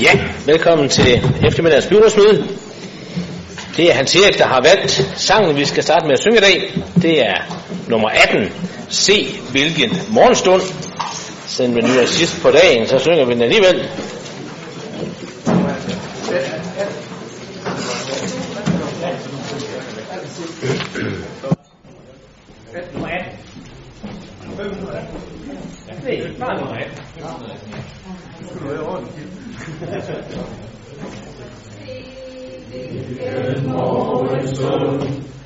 Ja, velkommen til eftermiddagens byrådsmøde. Det er Hans Erik, der har valgt sangen, vi skal starte med at synge i dag. Det er nummer 18, Se hvilken morgenstund. Selvom vi nu er sidst på dagen, så synger vi den alligevel. Nummer 18. Nej, bare nummer 18. Hvilken morgenstund,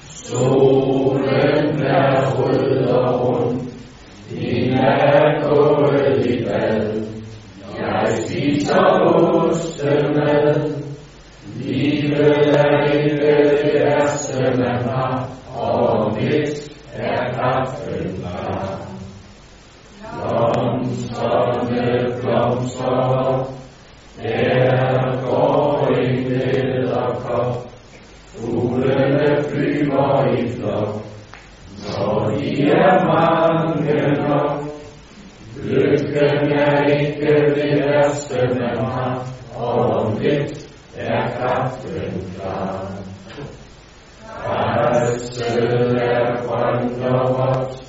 solen er rød og rund, din er gået i bad, jeg spiser ostemad. Livet er ikke det værste man har, og mit er kaffen klar. Blomsterne blomstrer, der går en læderkop, fuglene flyver i flok, når de er mange nok. Lykken er ikke det værste man har, og lidt er kaffen klar. Græsset er grønt og vådt,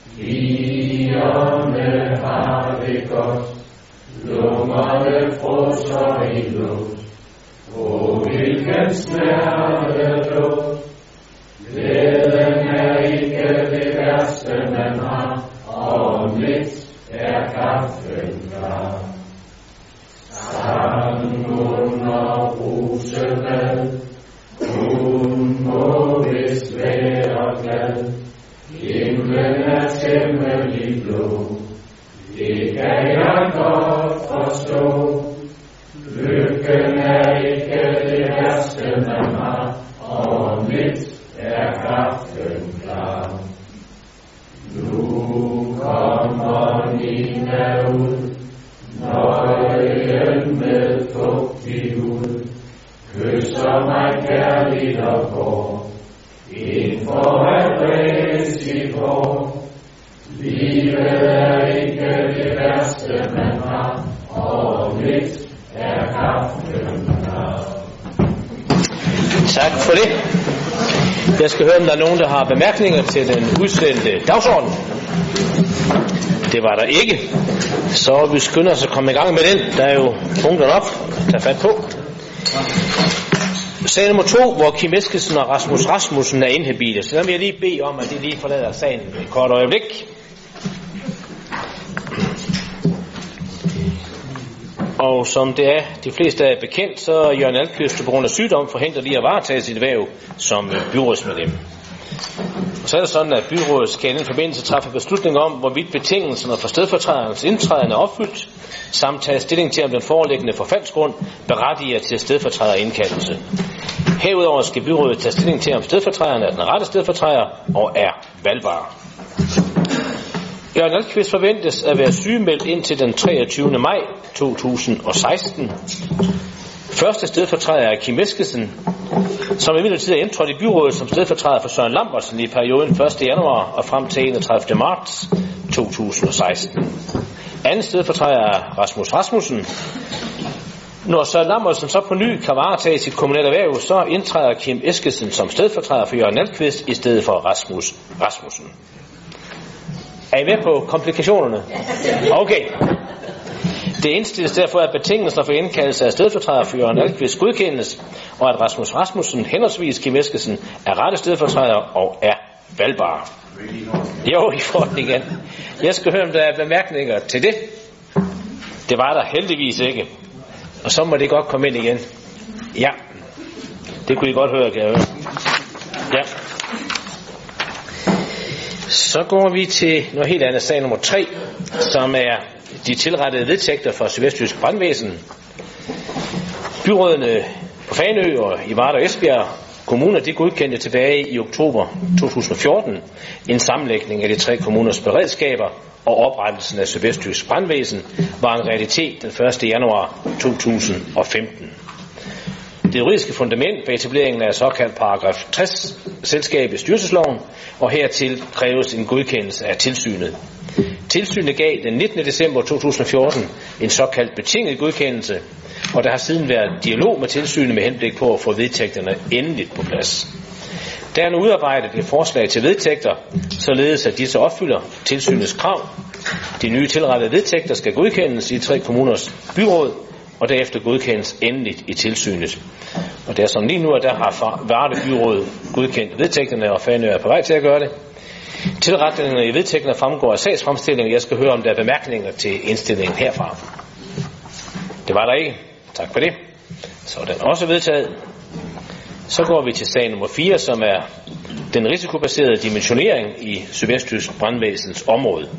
pigerne har det godt, lungerne frosser i luft. Hvilken smertelugt, glæden er ikke det værste man har, og lidt er kaffen klar. Sang under brusebad, hun må vist være glad. Himlen er temmelig blå, det kan jeg godt forstå. Lykken er ikke det værste man har, og lidt er kaffen klar. Nu kommer Nina ud, nøgen med fugtig hud, kysser mig kærligt og går, ind for at bræse sit hår. Livet er ikke det værste man har, og lidt er kaffen klar. Tak for det. Jeg skal høre, om der er nogen, der har bemærkninger til den udsendte dagsorden. Det var der ikke. Så vi skynder os at komme i gang med den. Der er jo punkterne op. Tag fat på. Sag nummer 2, hvor Kim Eskesen og Rasmus Rasmussen er inhabile. Så der vil jeg lige bede om, at de lige forlader sagen et kort øjeblik. Og som det er de fleste er bekendt, så er Jørgen Alkvist på grund af sygdom forhindret i at varetage sit hverv som byrådsmedlem. Og så er det sådan, at byrådet skal i den forbindelse træffe beslutning om, hvorvidt betingelserne for stedfortræderens indtræden er opfyldt, samt tage stilling til, om den foreliggende forfaldsgrund berettiger til stedfortræderindkaldelse. Herudover skal byrådet tage stilling til, om stedfortræderen er den rette stedfortræder og er valgbar. Jørgen Alkvist forventes at være sygemeldt indtil den 23. maj 2016. Første stedfortræder er Kim Eskesen, som imidlertid er indtrådt i byrådet som stedfortræder for Søren Lambertsen i perioden 1. januar og frem til 31. marts 2016. Anden stedfortræder er Rasmus Rasmussen. Når Søren Lambertsen så på ny kan varetage sit kommunale erhverv, så indtræder Kim Eskesen som stedfortræder for Jørgen Alkvist i stedet for Rasmus Rasmussen. Er I med på komplikationerne? Okay. Det indstilles derfor, at betingelser for indkaldelse af stedfortræder for Jørgen Alkvist godkendes, og at Rasmus Rasmussen henholdsvis Kim Eskesen er rette stedfortræder og er valgbar. Jo, I får den igen. Jeg skal høre, om der er bemærkninger til det. Det var der heldigvis ikke. Og så må det godt komme ind igen. Ja. Det kunne I godt høre, kan jeg høre. Ja. Så går vi til noget helt andet, sag nummer 3, som er de tilrettede vedtægter for Sydvestjysk Brandvæsen. Byrådene på Fanø og i Varde og Esbjerg kommuner, de godkendte tilbage i oktober 2014 en sammenlægning af de 3 kommuners beredskaber, og oprettelsen af Sydvestjysk Brandvæsen var en realitet den 1. januar 2015. Det det juridiske fundament for etableringen af såkaldt paragraf 60 selskab i styrelsesloven, og hertil kræves en godkendelse af tilsynet. Tilsynet gav den 19. december 2014 en såkaldt betinget godkendelse, og der har siden været dialog med tilsynet med henblik på at få vedtægterne endeligt på plads. Der er nu udarbejdet et forslag til vedtægter, således at disse opfylder tilsynets krav. De nye tilrettede vedtægter skal godkendes i 3 kommuners byråd, og derefter godkendes endeligt i tilsynet. Og det er som lige nu, at der har Varde byråd godkendt vedtægterne, og Fanø er på vej til at gøre det. Tilretningerne i vedtægterne fremgår af sagsfremstillingen. Jeg skal høre, om der er bemærkninger til indstillingen herfra. Det var der ikke. Tak for det. Så er den også vedtaget. Så går vi til sag nummer 4, som er den risikobaserede dimensionering i Sydvestjysk Brandvæsens område.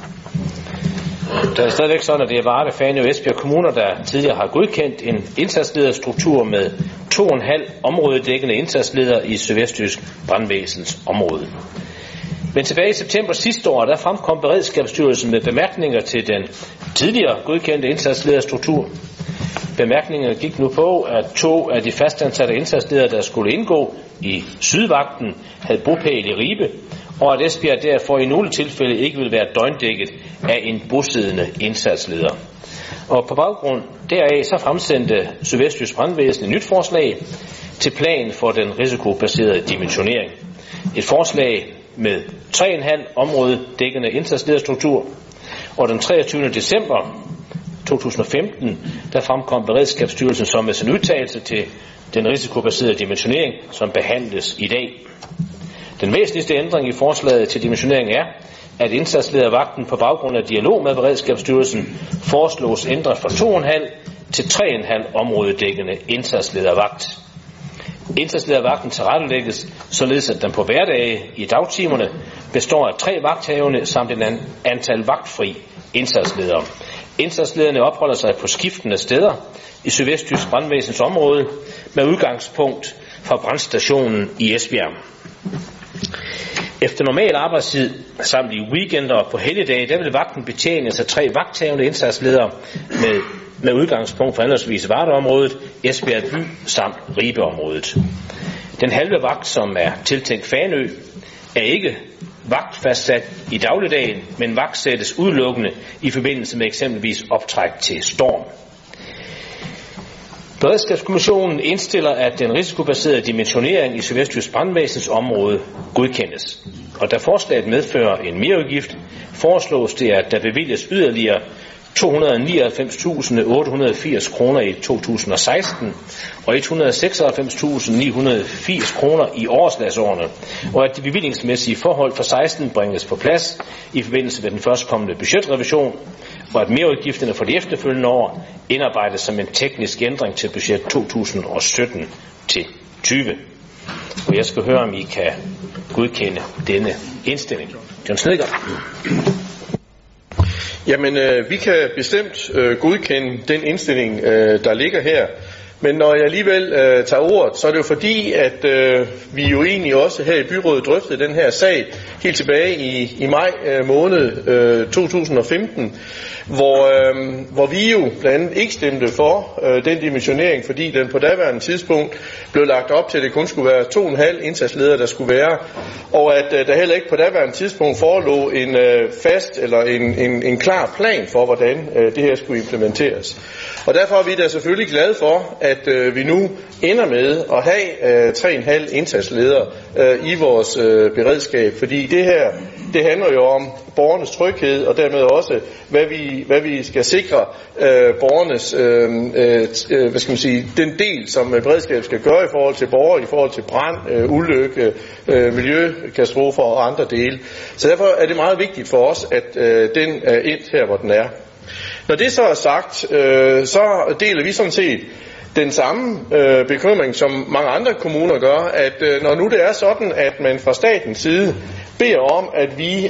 Der er stadigvæk sådan, at det er Varde, Fanø og Esbjerg kommuner, der tidligere har godkendt en indsatslederstruktur med 2,5 områdedækkende indsatsledere i Sydvestjysk Brandvæsens område. Men tilbage i september sidste år, der fremkom Beredskabsstyrelsen med bemærkninger til den tidligere godkendte indsatslederstruktur. Bemærkningerne gik nu på, at 2 af de fastansatte indsatsledere, der skulle indgå i Sydvagten, havde bopæl i Ribe, og at Esbjerg derfor i nogle tilfælde ikke ville være døgndækket af en bosiddende indsatsleder. Og på baggrund deraf så fremsendte Sydvestjysk Brandvæsen et nyt forslag til plan for den risikobaserede dimensionering. Et forslag med 3,5 områdedækkende indsatslederstruktur, og den 23. december 2015, der fremkom Beredskabsstyrelsen som med sin udtalelse til den risikobaserede dimensionering, som behandles i dag. Den væsentligste ændring i forslaget til dimensionering er, at indsatsledervagten på baggrund af dialog med Beredskabsstyrelsen foreslås ændret fra 2,5 til 3,5 områdedækkende indsatsledervagt. Indsatsledervagten tilrettelægges således, at den på hverdage i dagtimerne består af 3 vagthavende samt en antal vagtfri indsatsledere. Indsatslederne opholder sig på skiftende steder i Sydvestjysk Brandvæsens område med udgangspunkt fra brandstationen i Esbjerg. Efter normal arbejdstid samt i weekender og på helligdage, der vil vagten betjenes af 3 vagthavende indsatsledere med udgangspunkt fra henholdsvis Vardeområdet, Esbjerg by samt Ribeområdet. Den halve vagt, som er tiltænkt Fanø, er ikke vagtfastsat i dagligdagen, men vagtsættes udelukkende i forbindelse med eksempelvis optræk til storm. Beredskabskommissionen indstiller, at den risikobaserede dimensionering i Sydvestjysk Brandvæsens område godkendes. Og da forslaget medfører en merudgift, foreslås det, at der bevilges yderligere 299.880 kroner i 2016 og 196.980 kroner i overslagsårene, og at de bevillingsmæssige forhold for 16 bringes på plads i forbindelse med den førstkommende budgetrevision, og at merudgifterne for de efterfølgende år indarbejdes som en teknisk ændring til budget 2017 til 20. Og jeg skal høre, om I kan godkende denne indstilling. John Snedgaard. Jamen, vi kan bestemt godkende den indstilling, der ligger her. Men når jeg alligevel tager ordet, så er det jo fordi, at vi jo egentlig også her i byrådet drøftede den her sag helt tilbage i maj måned 2015, hvor vi jo blandt andet ikke stemte for den dimensionering, fordi den på daværende tidspunkt blev lagt op til, at det kun skulle være 2,5 indsatsledere, der skulle være, og at der heller ikke på daværende tidspunkt forelå en fast eller en klar plan for, hvordan det her skulle implementeres. Og derfor er vi da selvfølgelig glade for, at vi nu ender med at have 3,5 indsatsledere i vores beredskab, fordi det her, det handler jo om borgernes tryghed, og dermed også, hvad vi skal sikre borgernes, den del, som beredskabet skal gøre i forhold til borgere, i forhold til brand, ulykke, miljøkatastrofer og andre dele. Så derfor er det meget vigtigt for os, at den er endt her, hvor den er. Når det så er sagt, så deler vi sådan set den samme bekymring, som mange andre kommuner gør, at når nu det er sådan, at man fra statens side beder om, at vi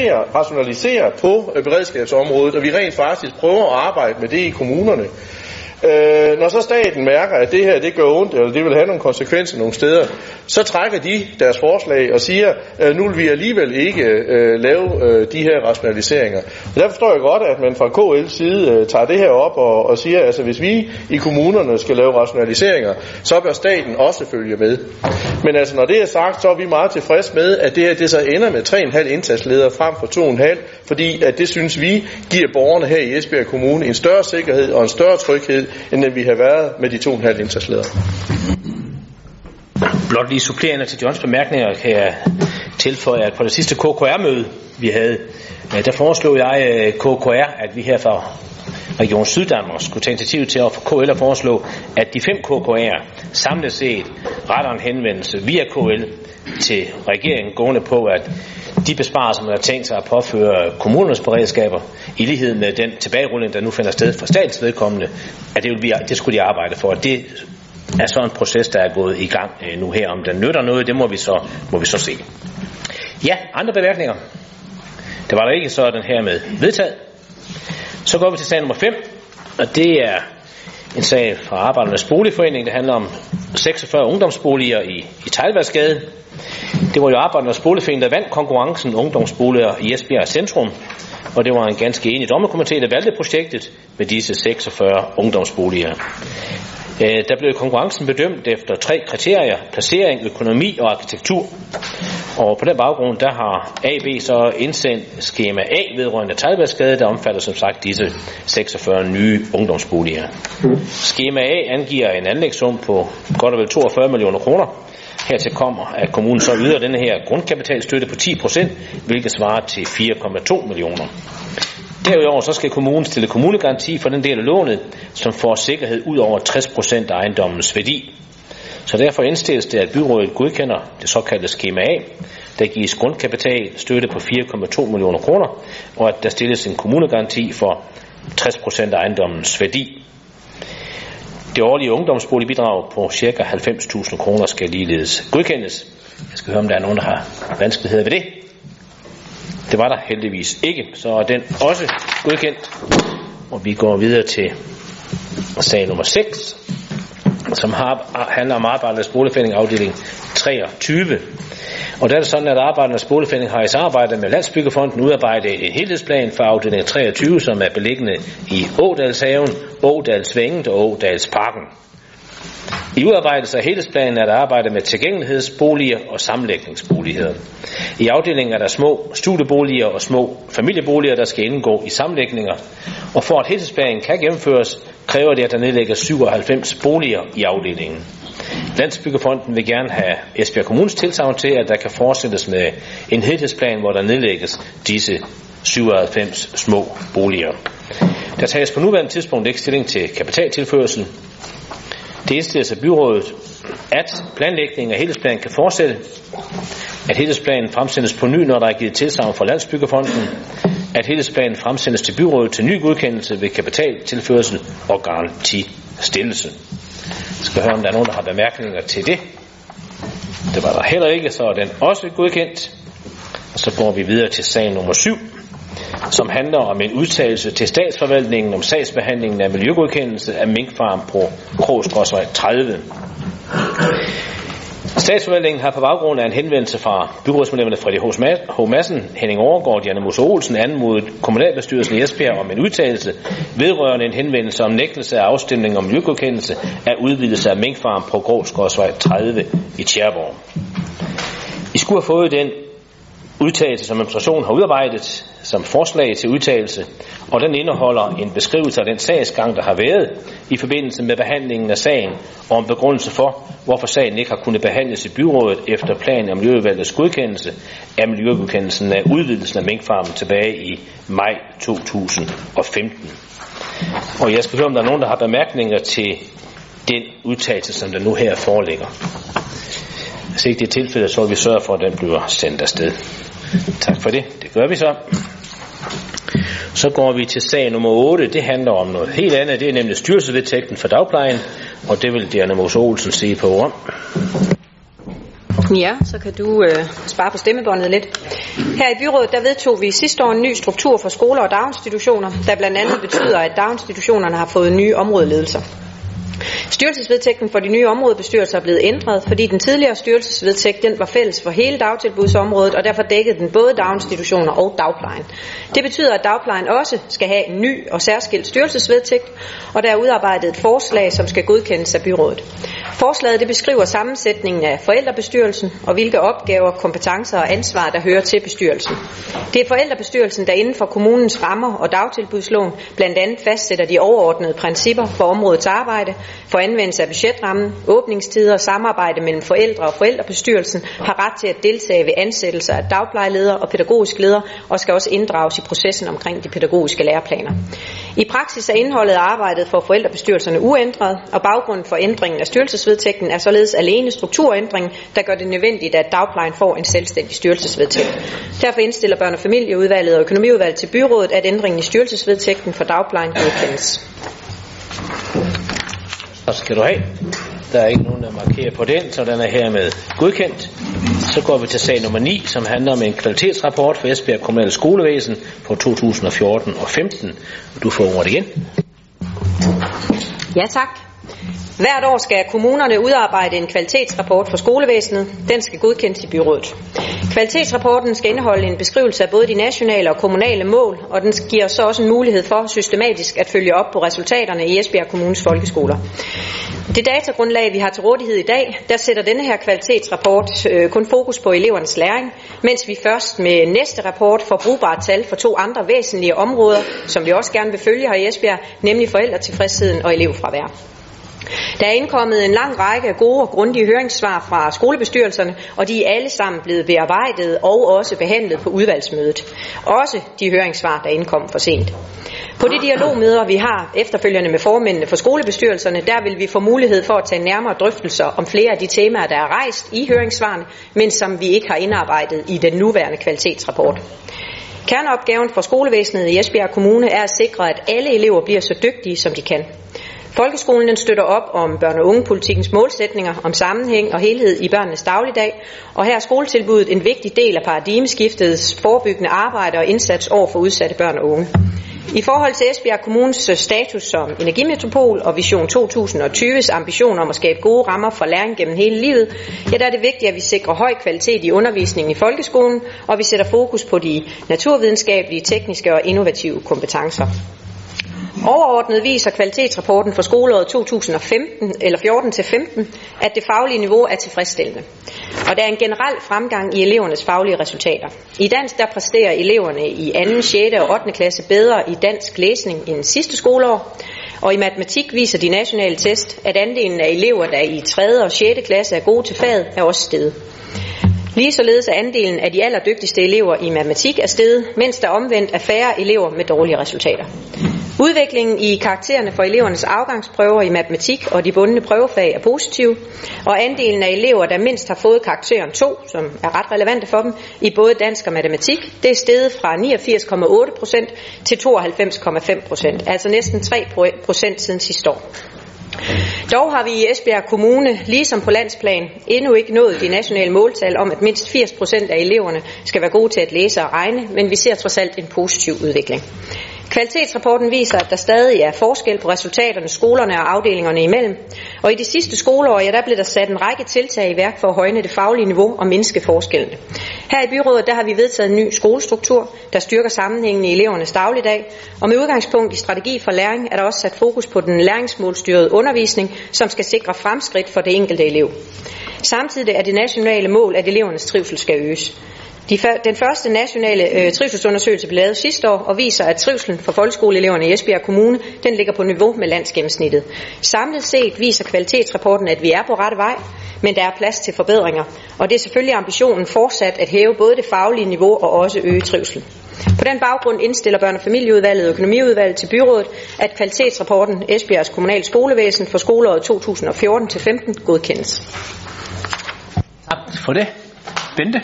rationaliserer på beredskabsområdet, og vi rent faktisk prøver at arbejde med det i kommunerne, Når så staten mærker, at det her det gør ondt, eller det vil have nogle konsekvenser nogle steder, så trækker de deres forslag og siger, nu vil vi alligevel ikke lave de her rationaliseringer. Og der forstår jeg godt, at man fra KL's side tager det her op og siger, altså hvis vi i kommunerne skal lave rationaliseringer, så bør staten også følge med. Men altså når det er sagt, så er vi meget tilfreds med, at det her det så ender med 3,5 indsatsledere frem for 2,5, fordi at det synes vi giver borgerne her i Esbjerg Kommune en større sikkerhed og en større tryghed, end vi har været med de 2,5 indsatsledere. Blot lige supplerende til Johns bemærkninger kan jeg tilføje, at på det sidste KKR-møde, vi havde, der foreslog jeg KKR, at vi her fra Region Syddanmark skulle tage initiativ til at få KL at foreslå, at de 5 KKR samlet set retter en henvendelse via KL til regeringen gående på, at de besparelser, man har tænkt sig at påføre kommunernes beredskaber, i lighed med den tilbagerulning, der nu finder sted for statens vedkommende, at det skulle de arbejde for. Det er så en proces, der er gået i gang nu her. Om den nytter noget, det må vi så se. Ja, andre bemærkninger. Det var der ikke, så den her med vedtaget. Så går vi til sag nummer 5, og det er en sag fra Arbejdernes Boligforening, der handler om 46 ungdomsboliger i Teglværksgade. Det var jo Arbejdernes Boligforening, der vandt konkurrencen ungdomsboliger i Esbjerg Centrum, og det var en ganske enig dommerkomité, der valgte projektet med disse 46 ungdomsboliger. Der blev konkurrencen bedømt efter 3 kriterier: placering, økonomi og arkitektur. Og på den baggrund, der har AB så indsendt skema A vedrørende Teglværksgade, der omfatter som sagt disse 46 nye ungdomsboliger. Skema A angiver en anlægssum på godt og vel 42 millioner kroner. Hertil kommer, at kommunen så yder denne her grundkapitalstøtte på 10%, hvilket svarer til 4,2 millioner. Derudover så skal kommunen stille kommunegaranti for den del af lånet, som får sikkerhed ud over 60% af ejendommens værdi. Så derfor indstilles det, at byrådet godkender det såkaldte skema A, der gives grundkapital støtte på 4,2 millioner kroner, og at der stilles en kommunegaranti for 60% af ejendommens værdi. Det årlige ungdomsboligbidrag på ca. 90.000 kroner skal ligeledes godkendes. Jeg skal høre, om der er nogen, der har vanskeligheder ved det. Det var der heldigvis ikke, så er den også godkendt. Og vi går videre til sag nummer 6, som handler om Arbejdernes Boligforening afdeling 23. Og der er det sådan, at Arbejdernes Boligforening har i samarbejde med Landsbyggefonden udarbejdet en helhedsplan for afdeling 23, som er beliggende i Ådalshaven, Ådalsvænget og Ådalsparken. I udarbejdelse af helhedsplanen er der arbejdet med tilgængelighedsboliger og sammenlægningsboliger. I afdelingen er der små studieboliger og små familieboliger, der skal indgå i sammenlægninger. Og for at helhedsplanen kan gennemføres, kræver det, at der nedlægges 97 boliger i afdelingen. Landsbyggefonden vil gerne have Esbjerg Kommunes tilsagn til, at der kan fortsættes med en helhedsplan, hvor der nedlægges disse 97 små boliger. Der tages på nuværende tidspunkt ikke stilling til kapitaltilførsel. Det indstilles af byrådet, at planlægningen af helhedsplanen kan fortsætte, at helhedsplanen fremsendes på ny, når der er givet tilsagn fra Landsbyggefonden, at helhedsplanen fremsendes til byrådet til ny godkendelse ved kapitaltilførsel og garantistillelse. Jeg skal høre, om der er nogen, der har bemærkninger til det. Det var der heller ikke, så er den også godkendt. Og så går vi videre til sag nummer 7, som handler om en udtalelse til statsforvaltningen om sagsbehandlingen af miljøgodkendelse af minkfarm på Krogsgårdsvej 30. Statsforvaltningen har på baggrund af en henvendelse fra byrådsmedlemmerne Fredrik H. Madsen, Henning Overgaard og Janne Mose Olsen anmodet kommunalbestyrelsen i Esbjerg om en udtalelse vedrørende en henvendelse om nægtelse af afstemning om miljøgodkendelse af udvidelse af minkfarm på Krogsgårdsvej 30 i Tjæreborg. I skulle have fået den udtalelse, som administrationen har udarbejdet som forslag til udtalelse, og den indeholder en beskrivelse af den sagsgang, der har været i forbindelse med behandlingen af sagen, og en begrundelse for, hvorfor sagen ikke har kunnet behandles i byrådet efter plan af miljøudvalgets godkendelse af miljøgodkendelsen af udvidelsen af minkfarmen tilbage i maj 2015. Og jeg skal høre, om der er nogen, der har bemærkninger til den udtalelse, som der nu her foreligger. Hvis ikke det er tilfældet, så vil vi sørge for, at den bliver sendt afsted. Tak for det. Det gør vi så. Så går vi til sag nummer 8. Det handler om noget helt andet. Det er nemlig styrelsesvedtægten for dagplejen, og det vil Janne Mose Olsen sige på om. Ja, så kan du spare på stemmebåndet lidt. Her i byrådet, der vedtog vi sidste år en ny struktur for skoler og daginstitutioner, der blandt andet betyder, at daginstitutionerne har fået nye områdeledelser. Styrelsesvedtægten for de nye områdebestyrelser er blevet ændret, fordi den tidligere styrelsesvedtægt den var fælles for hele dagtilbudsområdet, og derfor dækkede den både daginstitutioner og dagplejen. Det betyder, at dagplejen også skal have en ny og særskilt styrelsesvedtægt, og der er udarbejdet et forslag, som skal godkendes af byrådet. Forslaget det beskriver sammensætningen af forældrebestyrelsen og hvilke opgaver, kompetencer og ansvar, der hører til bestyrelsen. Det er forældrebestyrelsen, der inden for kommunens rammer og dagtilbudsloven blandt andet fastsætter de overordnede principper for områdets arbejde, for anvendelse af budgetrammen, åbningstider og samarbejde mellem forældre og forældrebestyrelsen, har ret til at deltage ved ansættelser af dagplejeledere og pædagogisk leder, og skal også inddrages i processen omkring de pædagogiske læreplaner. I praksis er indholdet af arbejdet for forældrebestyrelserne uændret, og baggrunden for ændringen af styrelsesvedtægten er således alene strukturændringen, der gør det nødvendigt, at dagplejen får en selvstændig styrelsesvedtægt. Derfor indstiller børne- og familieudvalget og økonomiudvalget til byrådet, at ændringen i styrelsesvedtægten for dagplejen godkendes. Og skal du have. Der er ikke nogen, der markerer på den, så den er hermed godkendt. Så går vi til sag nummer 9, som handler om en kvalitetsrapport for Esbjerg Kommunale Skolevæsen for 2014 og 15. Du får ordet igen. Ja, tak. Hvert år skal kommunerne udarbejde en kvalitetsrapport for skolevæsenet. Den skal godkendes i byrådet. Kvalitetsrapporten skal indeholde en beskrivelse af både de nationale og kommunale mål, og den giver så også en mulighed for systematisk at følge op på resultaterne i Esbjerg Kommunes folkeskoler. Det datagrundlag, vi har til rådighed i dag, der sætter denne her kvalitetsrapport kun fokus på elevernes læring, mens vi først med næste rapport får brugbare tal for 2 andre væsentlige områder, som vi også gerne vil følge her i Esbjerg, nemlig forældretilfredsheden og elevfravær. Der er indkommet en lang række af gode og grundige høringssvar fra skolebestyrelserne, og de er alle sammen blevet bearbejdet og også behandlet på udvalgsmødet. Også de høringssvar, der indkom for sent. På de dialogmøder, vi har efterfølgende med formændene for skolebestyrelserne, der vil vi få mulighed for at tage nærmere drøftelser om flere af de temaer, der er rejst i høringssvarene, men som vi ikke har indarbejdet i den nuværende kvalitetsrapport. Kerneopgaven for skolevæsenet i Esbjerg Kommune er at sikre, at alle elever bliver så dygtige, som de kan. Folkeskolen den støtter op om børne- og ungepolitikkens målsætninger om sammenhæng og helhed i børnenes dagligdag, og her er skoletilbuddet en vigtig del af paradigmeskiftets forebyggende arbejde og indsats over for udsatte børn og unge. I forhold til Esbjerg Kommunes status som energimetropol og Vision 2020's ambition om at skabe gode rammer for læring gennem hele livet, ja, der er det vigtigt, at vi sikrer høj kvalitet i undervisningen i folkeskolen, og vi sætter fokus på de naturvidenskabelige, tekniske og innovative kompetencer. Overordnet viser kvalitetsrapporten for skoleåret 2014-15, at det faglige niveau er tilfredsstillende. Og der er en generel fremgang i elevernes faglige resultater. I dansk der præsterer eleverne i 2., 6. og 8. klasse bedre i dansk læsning end sidste skoleår. Og i matematik viser de nationale test, at andelen af elever, der i 3. og 6. klasse er gode til faget, er også steget. Ligesåledes er andelen af de allerdygtigste elever i matematik er steget, mens der omvendt er færre elever med dårlige resultater. Udviklingen i karaktererne for elevernes afgangsprøver i matematik og de bundne prøvefag er positiv, og andelen af elever, der mindst har fået karakteren 2, som er ret relevante for dem, i både dansk og matematik, det er steget fra 89,8% til 92,5%, altså næsten 3% siden sidste år. Dog har vi i Esbjerg Kommune, ligesom på landsplan, endnu ikke nået de nationale måltal om, at mindst 80% af eleverne skal være gode til at læse og regne, men vi ser trods alt en positiv udvikling. Kvalitetsrapporten viser, at der stadig er forskel på resultaterne skolerne og afdelingerne imellem, og i de sidste skoleår, ja, der blev der sat en række tiltag i værk for at højne det faglige niveau og mindske forskellene. Her i byrådet, der har vi vedtaget en ny skolestruktur, der styrker sammenhængen i elevernes dagligdag, og med udgangspunkt i strategi for læring er der også sat fokus på den læringsmålstyrede undervisning, som skal sikre fremskridt for det enkelte elev. Samtidig er det nationale mål, at elevernes trivsel skal øges. Den første nationale trivselsundersøgelse blev lavet sidste år og viser, at trivselen for folkeskoleeleverne i Esbjerg Kommune den ligger på niveau med landsgennemsnittet. Samlet set viser kvalitetsrapporten, at vi er på rette vej, men der er plads til forbedringer, og det er selvfølgelig ambitionen fortsat at hæve både det faglige niveau og også øge trivsel. På den baggrund indstiller børne- og familieudvalget og økonomiudvalget til byrådet, at kvalitetsrapporten Esbjergs Kommunale Skolevæsen for skoleåret 2014-15 godkendes. Tak for det. Bente?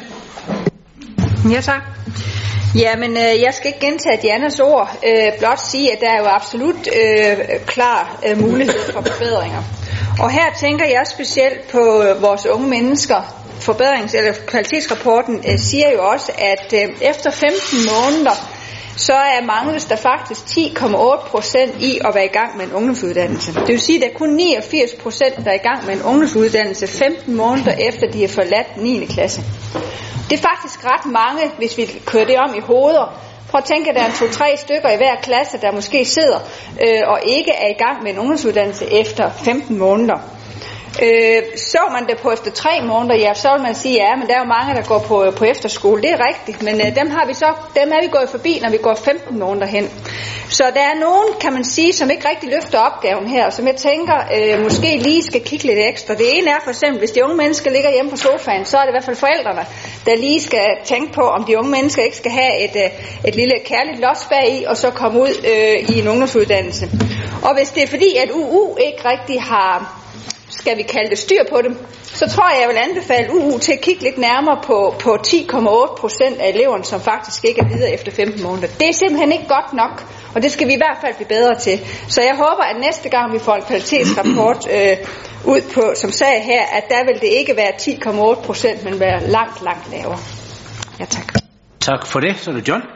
Ja, tak. Jamen, jeg skal ikke gentage Dianas ord, blot sige, at der er jo absolut klar mulighed for forbedringer. Og her tænker jeg specielt på vores unge mennesker. Kvalitetsrapporten siger jo også, at efter 15 måneder, så mangles der faktisk 10,8% i at være i gang med en ungdomsuddannelse. Det vil sige, at der er kun 89%, der er i gang med en ungdomsuddannelse 15 måneder efter de har forladt 9. klasse. Det er faktisk ret mange, hvis vi kører det om i hoveder. Prøv at tænke, at der er 2-3 stykker i hver klasse, der måske sidder og ikke er i gang med en ungdomsuddannelse efter 15 måneder. Så man det på efter 3 måneder, ja, så vil man sige, ja, men der er jo mange, der går på efterskole. Det er rigtigt, men dem er vi gået forbi, når vi går 15 måneder hen. Så der er nogen, kan man sige, som ikke rigtig løfter opgaven her, som jeg tænker, måske lige skal kigge lidt ekstra. Det ene er for eksempel, hvis de unge mennesker ligger hjemme på sofaen, så er det i hvert fald forældrene, der lige skal tænke på, om de unge mennesker ikke skal have et lille kærligt los bag i, og så komme ud i en ungdomsuddannelse. Og hvis det er fordi, at UU ikke rigtig har, skal vi kalde det, styr på dem, så tror jeg vil anbefale UU til at kigge lidt nærmere på 10,8% af eleverne, som faktisk ikke er videre efter 15 måneder. Det er simpelthen ikke godt nok, og det skal vi i hvert fald blive bedre til. Så jeg håber, at næste gang vi får en kvalitetsrapport ud på, som sagde her, at der vil det ikke være 10,8%, men være langt, langt lavere. Ja, tak. Tak for det. Så er det John.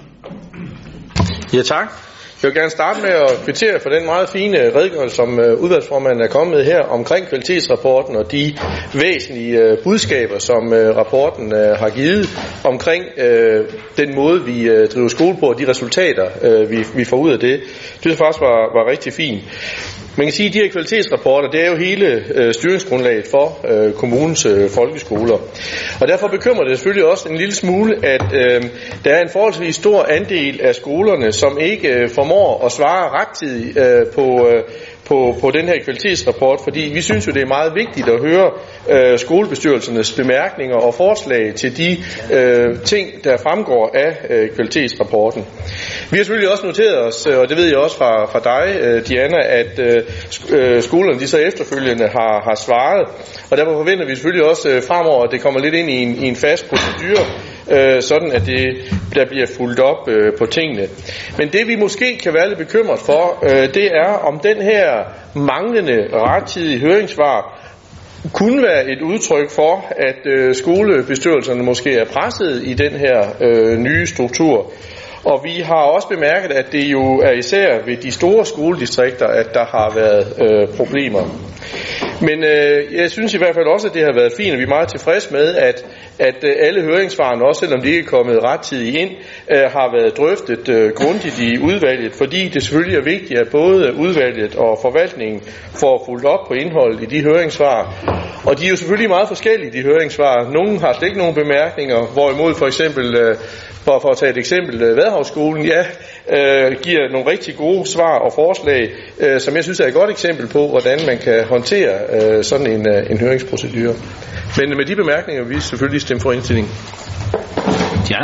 Ja, tak. Jeg vil gerne starte med at kvittere for den meget fine redegørelse, som udvalgsformanden er kommet med her omkring kvalitetsrapporten og de væsentlige budskaber, som rapporten har givet omkring den måde, vi driver skole på og de resultater, vi får ud af det. Det synes jeg faktisk var rigtig fint. Man kan sige, at de her kvalitetsrapporter, det er jo hele styringsgrundlaget for kommunens folkeskoler. Og derfor bekymrer det selvfølgelig også en lille smule, at der er en forholdsvis stor andel af skolerne, som ikke formår at svare rettidigt på den her kvalitetsrapport, fordi vi synes jo, det er meget vigtigt at høre skolebestyrelsernes bemærkninger og forslag til de ting, der fremgår af kvalitetsrapporten. Vi har selvfølgelig også noteret os, og det ved jeg også fra dig, Diana, at skolerne de så efterfølgende har svaret, og derfor forventer vi selvfølgelig også fremover, at det kommer lidt ind i en fast procedure, sådan at der bliver fulgt op på tingene. Men det vi måske kan være lidt bekymret for, det er om den her manglende rettidige høringssvar kunne være et udtryk for, at skolebestyrelserne måske er presset i den her nye struktur. Og vi har også bemærket, at det jo er især ved de store skoledistrikter, at der har været problemer. Men jeg synes i hvert fald også, at det har været fint, og vi er meget tilfredse med, at alle høringssvarene, også selvom de ikke er kommet rettidigt ind, har været drøftet grundigt i udvalget, fordi det selvfølgelig er vigtigt, at både udvalget og forvaltningen får fulgt op på indholdet i de høringssvar. Og de er jo selvfølgelig meget forskellige, de høringssvar. Nogle har slet ikke nogen bemærkninger, hvorimod for eksempel, for at tage et eksempel, Vadehavsskolen, giver nogle rigtig gode svar og forslag, som jeg synes er et godt eksempel på, hvordan man kan håndtere sådan en høringsprocedure. Men med de bemærkninger vil vi selvfølgelig stemme for indstillingen. Ja.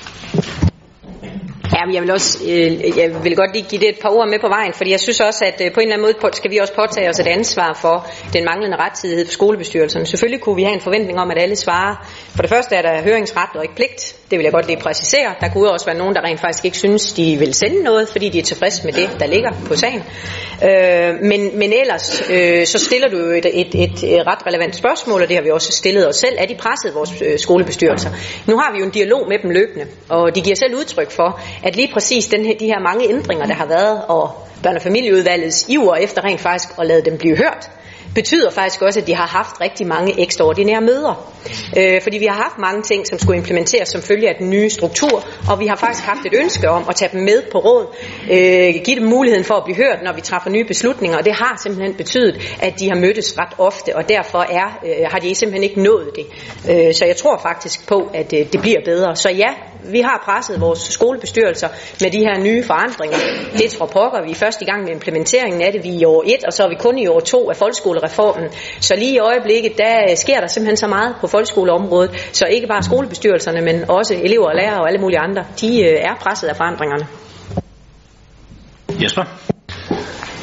Ja, jeg vil godt lige give det et par ord med på vejen, fordi jeg synes også, at på en eller anden måde skal vi også påtage os et ansvar for den manglende rettidighed for skolebestyrelserne. Selvfølgelig kunne vi have en forventning om, at alle svarer. For det første er der høringsret og ikke pligt. Det vil jeg godt lige præcisere. Der kunne også være nogen, der rent faktisk ikke synes, de vil sende noget, fordi de er tilfredse med det, der ligger på sagen. Men ellers, så stiller du jo et ret relevant spørgsmål, og det har vi også stillet os selv. Er de presset, vores skolebestyrelser? Nu har vi jo en dialog med dem løbende, og de giver selv udtryk for, at lige præcis de her mange ændringer, der har været, og børne- og familieudvalgets iver efter rent faktisk at lade dem blive hørt, betyder faktisk også, at de har haft rigtig mange ekstraordinære møder. Fordi vi har haft mange ting, som skulle implementeres som følge af den nye struktur, og vi har faktisk haft et ønske om at tage dem med på råd, give dem muligheden for at blive hørt, når vi træffer nye beslutninger, og det har simpelthen betydet, at de har mødtes ret ofte, og derfor har de simpelthen ikke nået det. Så jeg tror faktisk på, at det bliver bedre. Så ja, vi har presset vores skolebestyrelser med de her nye forandringer. Det tror pokker, vi er først i gang med implementeringen af det. Vi er i år 1, og så er vi kun i år 2 af folkeskolereformen. Så lige i øjeblikket, der sker der simpelthen så meget på folkeskoleområdet, så ikke bare skolebestyrelserne, men også elever og lærere og alle mulige andre, de er presset af forandringerne. Jesper?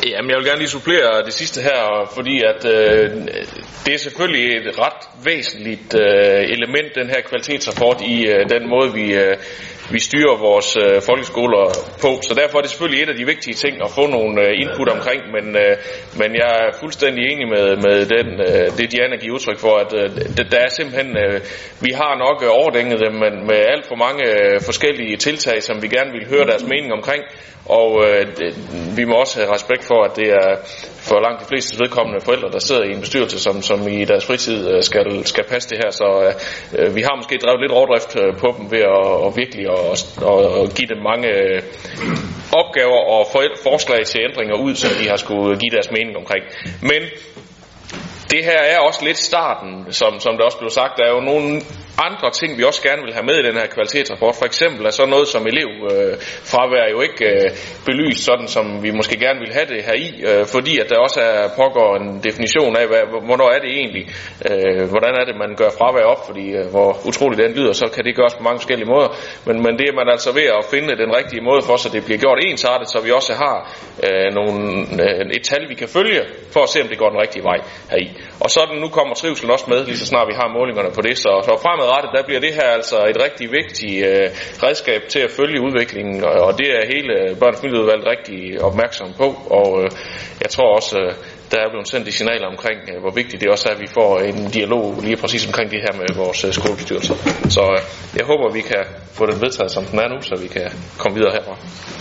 Jamen, jeg vil gerne lige supplere det sidste her, fordi at det er selvfølgelig et ret væsentligt element, den her kvalitetsrapport, i den måde, vi styrer vores folkeskoler på. Så derfor er det selvfølgelig et af de vigtige ting at få nogle input omkring, men jeg er fuldstændig enig med det Diana giver udtryk for, at der er simpelthen, vi har nok overdænget dem med alt for mange forskellige tiltag, som vi gerne vil høre deres mening omkring. Og vi må også have respekt for, at det er for langt de fleste vedkommende forældre, der sidder i en bestyrelse, som i deres fritid skal passe det her. Så vi har måske drevet lidt overdrift på dem ved at virkelig at give dem mange opgaver og forslag til ændringer ud, som de har skulle give deres mening omkring. Men det her er også lidt starten, som der også blev sagt. Der er jo nogle andre ting, vi også gerne vil have med i den her kvalitetsrapport. For eksempel er sådan noget som elevfravær jo ikke belyst sådan, som vi måske gerne vil have det her i, fordi at der også pågår en definition af, hvornår er det egentlig, hvordan er det, man gør fravær op, fordi hvor utroligt den lyder, så kan det gøres på mange forskellige måder. Men det er man altså ved at finde den rigtige måde for, så det bliver gjort ensartet, så vi også har et tal, vi kan følge, for at se, om det går den rigtige vej heri. Og sådan nu kommer trivselen også med, lige så snart vi har målingerne på det, så fremadrettet, der bliver det her altså et rigtig vigtigt redskab til at følge udviklingen, og det er hele børne- og familieudvalget rigtig opmærksom på, og jeg tror også, der er blevet sendt de signaler omkring, hvor vigtigt det også er, at vi får en dialog lige præcis omkring det her med vores skolebestyrelser. Så jeg håber, vi kan få den vedtaget, som den er nu, så vi kan komme videre herfra.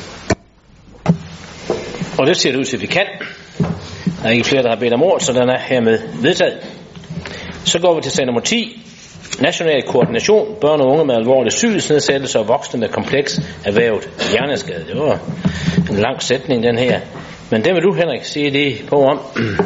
Og det ser det ud til, at vi kan. Der er ikke flere, der har bedt om ord, så den er hermed vedtaget. Så går vi til sag nummer 10. National koordination, børn og unge med alvorlig synsnedsættelse og voksne med kompleks erhvervet hjerneskade. Det var en lang sætning, den her. Men den vil du, Henrik, sige det på om.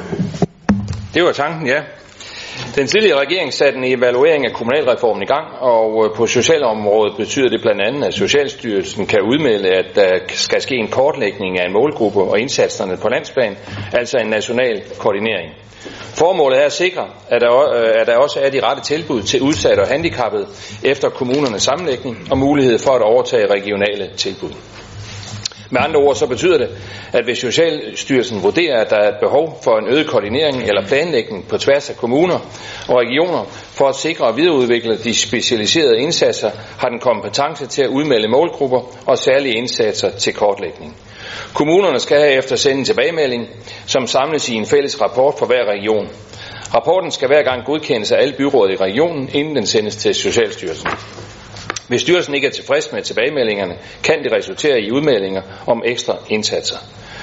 Det var tanken, ja. Den tidligere regering satte en evaluering af kommunalreformen i gang, og på socialområdet betyder det blandt andet, at Socialstyrelsen kan udmelde, at der skal ske en kortlægning af en målgruppe og indsatserne på landsplan, altså en national koordinering. Formålet er at sikre, at der også er de rette tilbud til udsatte og handicappede efter kommunernes sammenlægning og mulighed for at overtage regionale tilbud. Med andre ord så betyder det, at hvis Socialstyrelsen vurderer, at der er et behov for en øget koordinering eller planlægning på tværs af kommuner og regioner for at sikre og videreudvikle de specialiserede indsatser, har den kompetence til at udmelde målgrupper og særlige indsatser til kortlægning. Kommunerne skal herefter sende en tilbagemelding, som samles i en fælles rapport for hver region. Rapporten skal hver gang godkendes af alle byråd i regionen, inden den sendes til Socialstyrelsen. Hvis styrelsen ikke er tilfreds med tilbagemeldingerne, kan det resultere i udmeldinger om ekstra indsatser.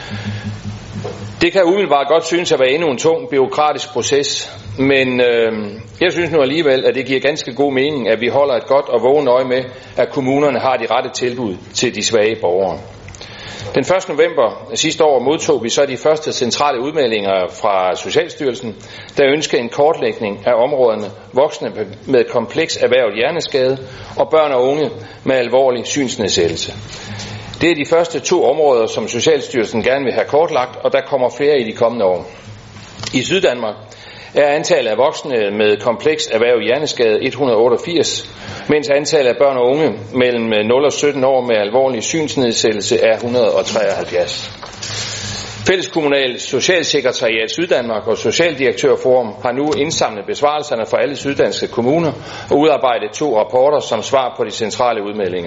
Det kan umiddelbart godt synes at være endnu en tung bureaukratisk proces, men jeg synes nu alligevel, at det giver ganske god mening, at vi holder et godt og vågent øje med, at kommunerne har de rette tilbud til de svage borgere. Den 1. november sidste år modtog vi så de første centrale udmeldinger fra Socialstyrelsen, der ønsker en kortlægning af områderne voksne med kompleks erhvervet hjerneskade og børn og unge med alvorlig synsnedsættelse. Det er de første 2 områder, som Socialstyrelsen gerne vil have kortlagt, og der kommer flere i de kommende år. I Syddanmark er antallet af voksne med kompleks erhvervet hjerneskade 188, mens antallet af børn og unge mellem 0 og 17 år med alvorlig synsnedsættelse er 173. Fælleskommunal Socialsekretariat Syddanmark og Socialdirektørforum har nu indsamlet besvarelserne fra alle syddanske kommuner og udarbejdet 2 rapporter som svar på de centrale udmeldinger.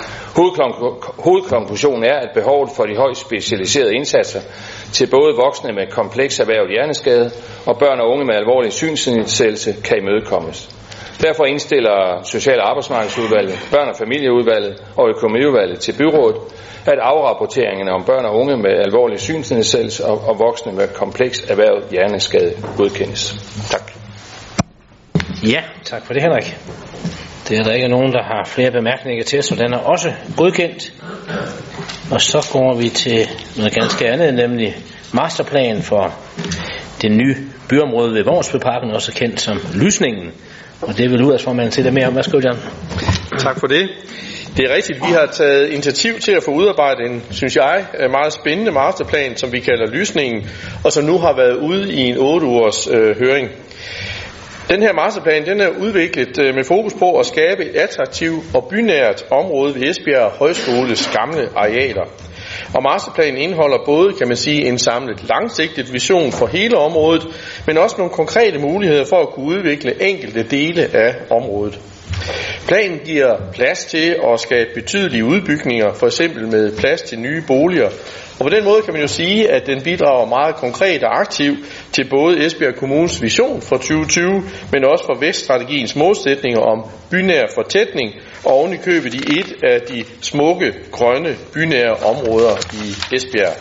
Hovedkonklusionen er, at behovet for de højt specialiserede indsatser til både voksne med kompleks erhvervet hjerneskade og børn og unge med alvorlig synsnedsættelse kan imødekommes. Derfor indstiller Social- og Arbejdsmarkedsudvalget, Børn- og Familieudvalget og Økonomiudvalget til byrådet, at afrapporteringerne om børn og unge med alvorlig synsnedsættelse og voksne med kompleks erhvervet hjerneskade godkendes. Tak. Ja, tak for det, Henrik. Det er der ikke nogen, der har flere bemærkninger til, så den er også godkendt. Og så går vi til noget ganske andet, nemlig masterplan for det nye byområde ved Vognsbøparken, også kendt som Lysningen. Og det vil udvalgsformanden til det mere om. Værsgo, Jan. Tak for det. Det er rigtigt, vi har taget initiativ til at få udarbejdet en, synes jeg, meget spændende masterplan, som vi kalder Lysningen, og som nu har været ude i en 8 ugers høring. Den her masterplan, den er udviklet med fokus på at skabe et attraktivt og bynært område ved Esbjerg Højskoles gamle arealer. Og masterplanen indeholder både, kan man sige, en samlet langsigtet vision for hele området, men også nogle konkrete muligheder for at kunne udvikle enkelte dele af området. Planen giver plads til at skabe betydelige udbygninger, for eksempel med plads til nye boliger. Og på den måde kan man jo sige, at den bidrager meget konkret og aktivt til både Esbjerg Kommunes vision for 2020, men også for vækststrategiens målsætninger om bynær fortætning og oven i købet i et af de smukke, grønne, bynære områder i Esbjerg.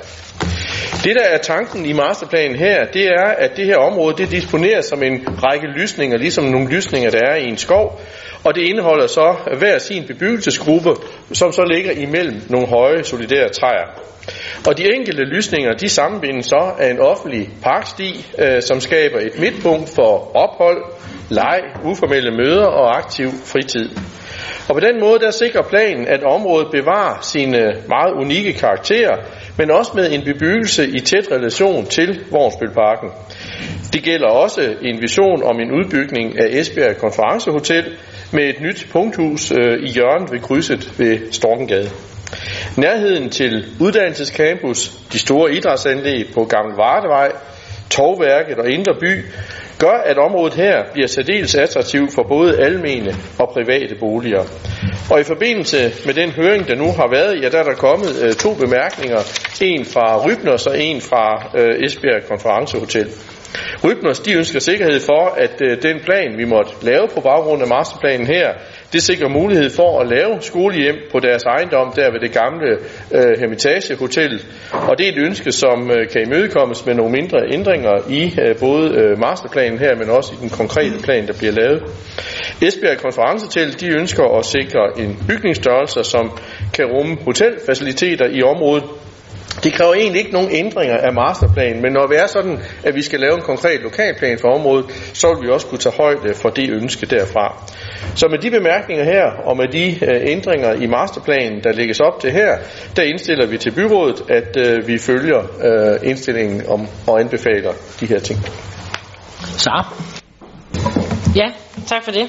Det, der er tanken i masterplanen her, det er, at det her område, det disponeres som en række lysninger, ligesom nogle lysninger, der er i en skov, og det indeholder så hver sin bebyggelsesgruppe, som så ligger imellem nogle høje, solidære træer. Og de enkelte lysninger, de sammenbindes så af en offentlig parksti, som skaber et midtpunkt for ophold, leg, uformelle møder og aktiv fritid. Og på den måde, der sikrer planen, at området bevarer sine meget unikke karakterer, men også med en bebyggelse i tæt relation til Vognsbølparken. Det gælder også en vision om en udbygning af Esbjerg Konferencehotel med et nyt punkthus i hjørnet ved krydset ved Storkengade. Nærheden til uddannelsescampus, de store idrætsanlæg på Gammel Vardevej, Torvværket og Indre By gør, at området her bliver særdeles attraktivt for både almene og private boliger. Og i forbindelse med den høring, der nu har været, ja, der er der kommet 2 bemærkninger. En fra Rybners og en fra Esbjerg Konferencehotel. Rybners, de ønsker sikkerhed for, at den plan, vi måtte lave på baggrund af masterplanen her, det sikrer mulighed for at lave skolehjem på deres ejendom, der ved det gamle Hermitage Hotel. Og det er et ønske, som kan imødekommes med nogle mindre ændringer i både masterplanen her, men også i den konkrete plan, der bliver lavet. Esbjerg Konferencehotel, de ønsker at sikre en bygningsstørrelse, som kan rumme hotelfaciliteter i området. Det kræver egentlig ikke nogen ændringer af masterplanen, men når det er sådan, at vi skal lave en konkret lokalplan for området, så vil vi også kunne tage højde for det ønske derfra. Så med de bemærkninger her, og med de ændringer i masterplanen, der lægges op til her, der indstiller vi til byrådet, at vi følger indstillingen om og anbefaler de her ting. Sara? Ja, tak for det.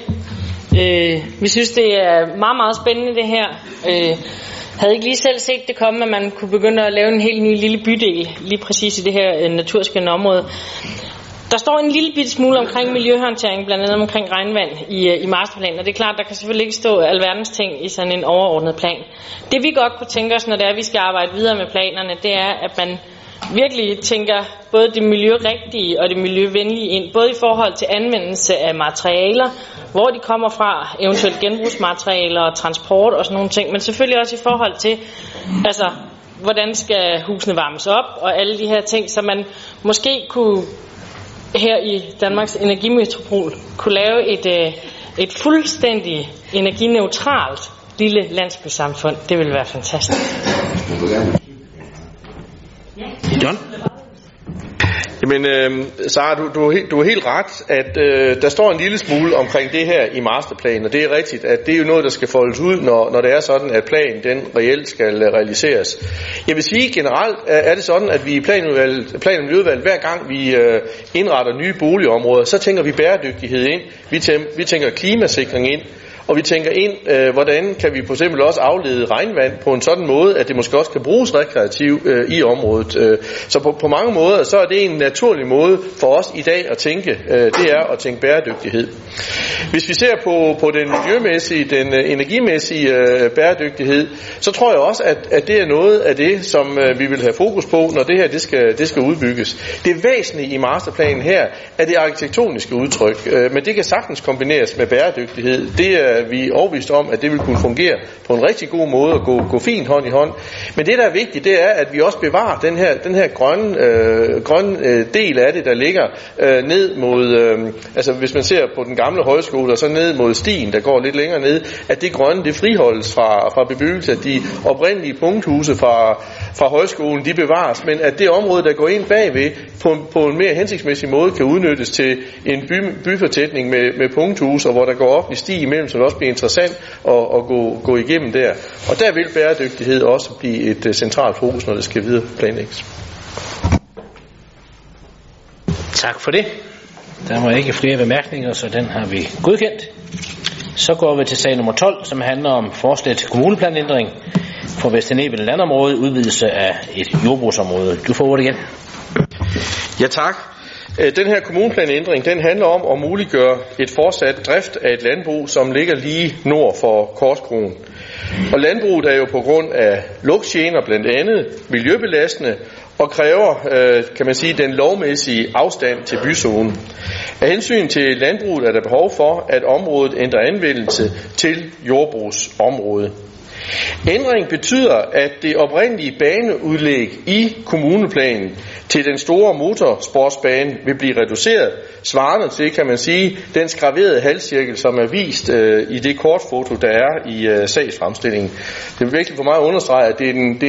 Vi synes, det er meget, meget spændende det her. Havde ikke lige selv set det komme, at man kunne begynde at lave en helt ny lille bydel, lige præcis i det her naturskønne område. Der står en lille bitte smule omkring miljøhåndtering, blandt andet omkring regnvand i masterplanen, og det er klart, der kan selvfølgelig ikke stå alverdens ting i sådan en overordnet plan. Det vi godt kunne tænke os, når det er, at vi skal arbejde videre med planerne, det er, at man virkelig tænker både det miljørigtige og det miljøvenlige ind, både i forhold til anvendelse af materialer, hvor de kommer fra, eventuelt genbrugsmaterialer og transport og sådan nogle ting, men selvfølgelig også i forhold til, altså, hvordan skal husene varmes op og alle de her ting, så man måske kunne her i Danmarks energimetropol kunne lave et fuldstændig energineutralt lille landsbysamfund. Det ville være fantastisk. John? Jamen, Sara, du er helt ret, at der står en lille smule omkring det her i masterplanen, og det er rigtigt, at det er jo noget, der skal foldes ud, når det er sådan, at planen den reelt skal realiseres. Jeg vil sige generelt, er det sådan, at vi i planudvalget, hver gang vi indretter nye boligområder, så tænker vi bæredygtighed ind, vi tænker klimasikring ind, og vi tænker ind, hvordan kan vi for eksempel også aflede regnvand på en sådan måde, at det måske også kan bruges rekreativt i området. Så på mange måder, så er det en naturlig måde for os i dag at tænke, det er at tænke bæredygtighed. Hvis vi ser på den miljømæssige, den energimæssige bæredygtighed, så tror jeg også, at det er noget af det, som vi vil have fokus på, når det her det skal udbygges. Det væsentlige i masterplanen her er det arkitektoniske udtryk, men det kan sagtens kombineres med bæredygtighed. Det er vi overbevist om, at det vil kunne fungere på en rigtig god måde og gå fint hånd i hånd. Men det, der er vigtigt, det er, at vi også bevarer den her grønne del af det, der ligger ned mod, altså hvis man ser på den gamle højskole, og så ned mod stien, der går lidt længere ned, at det grønne, det friholdes fra bebyggelse, at de oprindelige punkthuse fra højskolen, de bevares, men at det område, der går ind bagved, på en mere hensigtsmæssig måde, kan udnyttes til en byfortætning med punkthuse, og hvor der går op i sti imellem, så det også bliver interessant at gå igennem der. Og der vil bæredygtighed også blive et centralt fokus, når det skal videre planlægges. Tak for det. Der var ikke flere bemærkninger, så den har vi godkendt. Så går vi til sag nummer 12, som handler om forslag til kommuneplanændring. for Vester Nebel landområde, udvidelse af et jordbrugsområde. Du får ordet igen. Ja, tak. Den her kommuneplanændring, den handler om at muliggøre et fortsat drift af et landbrug, som ligger lige nord for Korskroen. Og landbruget er jo på grund af lugtgener blandt andet miljøbelastende og kræver, kan man sige, den lovmæssige afstand til byzonen. Af hensyn til landbruget er der behov for, at området ændrer anvendelse til jordbrugsområde. Ændringen betyder, at det oprindelige baneudlæg i kommuneplanen til den store motorsportsbane vil blive reduceret, svarende til, kan man sige, den skraverede halvcirkel, som er vist i det kortfoto, der er i sagsfremstillingen. Det er vigtigt for mig at understrege, at det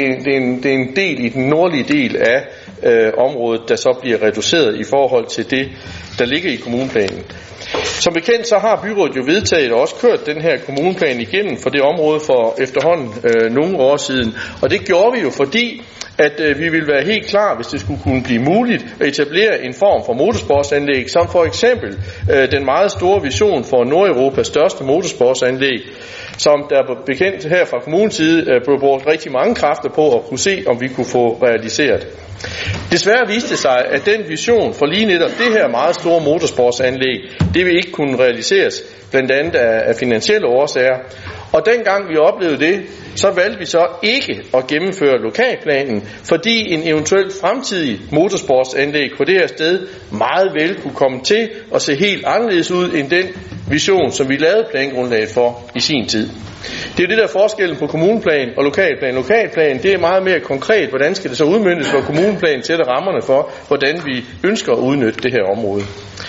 er en del i den nordlige del af området, der så bliver reduceret i forhold til det, der ligger i kommuneplanen. Som bekendt så har byrådet jo vedtaget og også kørt den her kommuneplan igennem for det område for efterhånden nogle år siden. Og det gjorde vi jo fordi, at vi ville være helt klar, hvis det skulle kunne blive muligt at etablere en form for motorsportsanlæg, som for eksempel den meget store vision for Nordeuropas største motorsportsanlæg, som der er bekendt her fra kommunens side blev brugt rigtig mange kræfter på at kunne se, om vi kunne få realiseret. Desværre viste det sig, at den vision for lige netop det her meget store motorsportsanlæg, det vil ikke kunne realiseres, blandt andet af finansielle årsager. Og dengang vi oplevede det, så valgte vi så ikke at gennemføre lokalplanen, fordi en eventuel fremtidig motorsportsanlæg på det her sted meget vel kunne komme til at se helt anderledes ud end den vision, som vi lavede plangrundlaget for i sin tid. Det er jo det der forskellen på kommuneplan og lokalplan. Lokalplan, det er meget mere konkret, hvordan skal det så udmøntes, hvor kommuneplan sætter rammerne for, hvordan vi ønsker at udnytte det her område.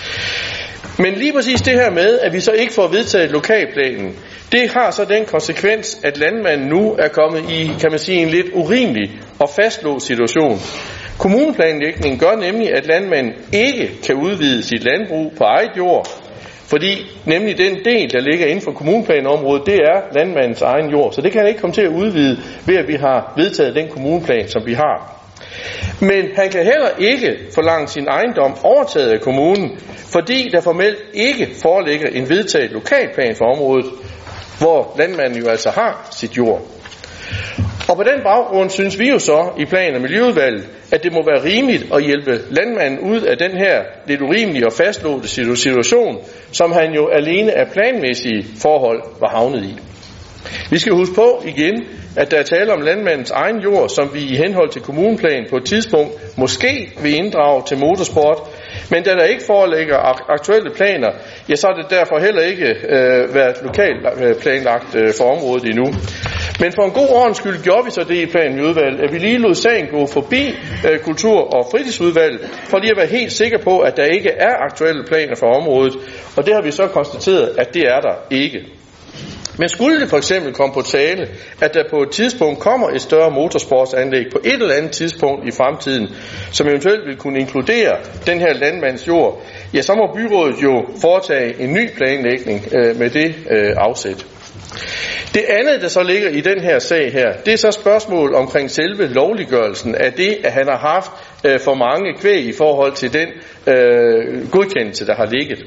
Men lige præcis det her med, at vi så ikke får vedtaget lokalplanen, det har så den konsekvens, at landmanden nu er kommet i, kan man sige, en lidt urimelig og fastlåst situation. Kommuneplanlægningen gør nemlig, at landmanden ikke kan udvide sit landbrug på eget jord, fordi nemlig den del, der ligger inden for kommuneplanområdet, det er landmandens egen jord. Så det kan han ikke komme til at udvide, ved at vi har vedtaget den kommuneplan, som vi har. Men han kan heller ikke forlange sin ejendom overtaget af kommunen, fordi der formelt ikke foreligger en vedtaget lokalplan for området, hvor landmanden jo altså har sit jord. Og på den baggrund synes vi jo så i Plan- og Miljøudvalget, at det må være rimeligt at hjælpe landmanden ud af den her lidt urimelige og fastlåste situation, som han jo alene af planmæssige forhold var havnet i. Vi skal huske på igen, at der er tale om landmandens egen jord, som vi i henhold til kommuneplan på et tidspunkt måske vil inddrage til motorsport, men da der ikke foreligger aktuelle planer, ja, så er det derfor heller ikke været lokalt planlagt for området endnu. Men for en god ordens skyld gjorde vi så det i Plan- og Udvalget, at vi lige lod sagen gå forbi Kultur- og Fritidsudvalget, for lige at være helt sikker på, at der ikke er aktuelle planer for området, og det har vi så konstateret, at det er der ikke. Men skulle det for eksempel komme på tale, at der på et tidspunkt kommer et større motorsportsanlæg på et eller andet tidspunkt i fremtiden, som eventuelt vil kunne inkludere den her landmands jord, ja, så må byrådet jo foretage en ny planlægning med det afsæt. Det andet, der så ligger i den her sag her, det er så spørgsmål omkring selve lovliggørelsen af det, at han har haft for mange kvæg i forhold til den godkendelse, der har ligget.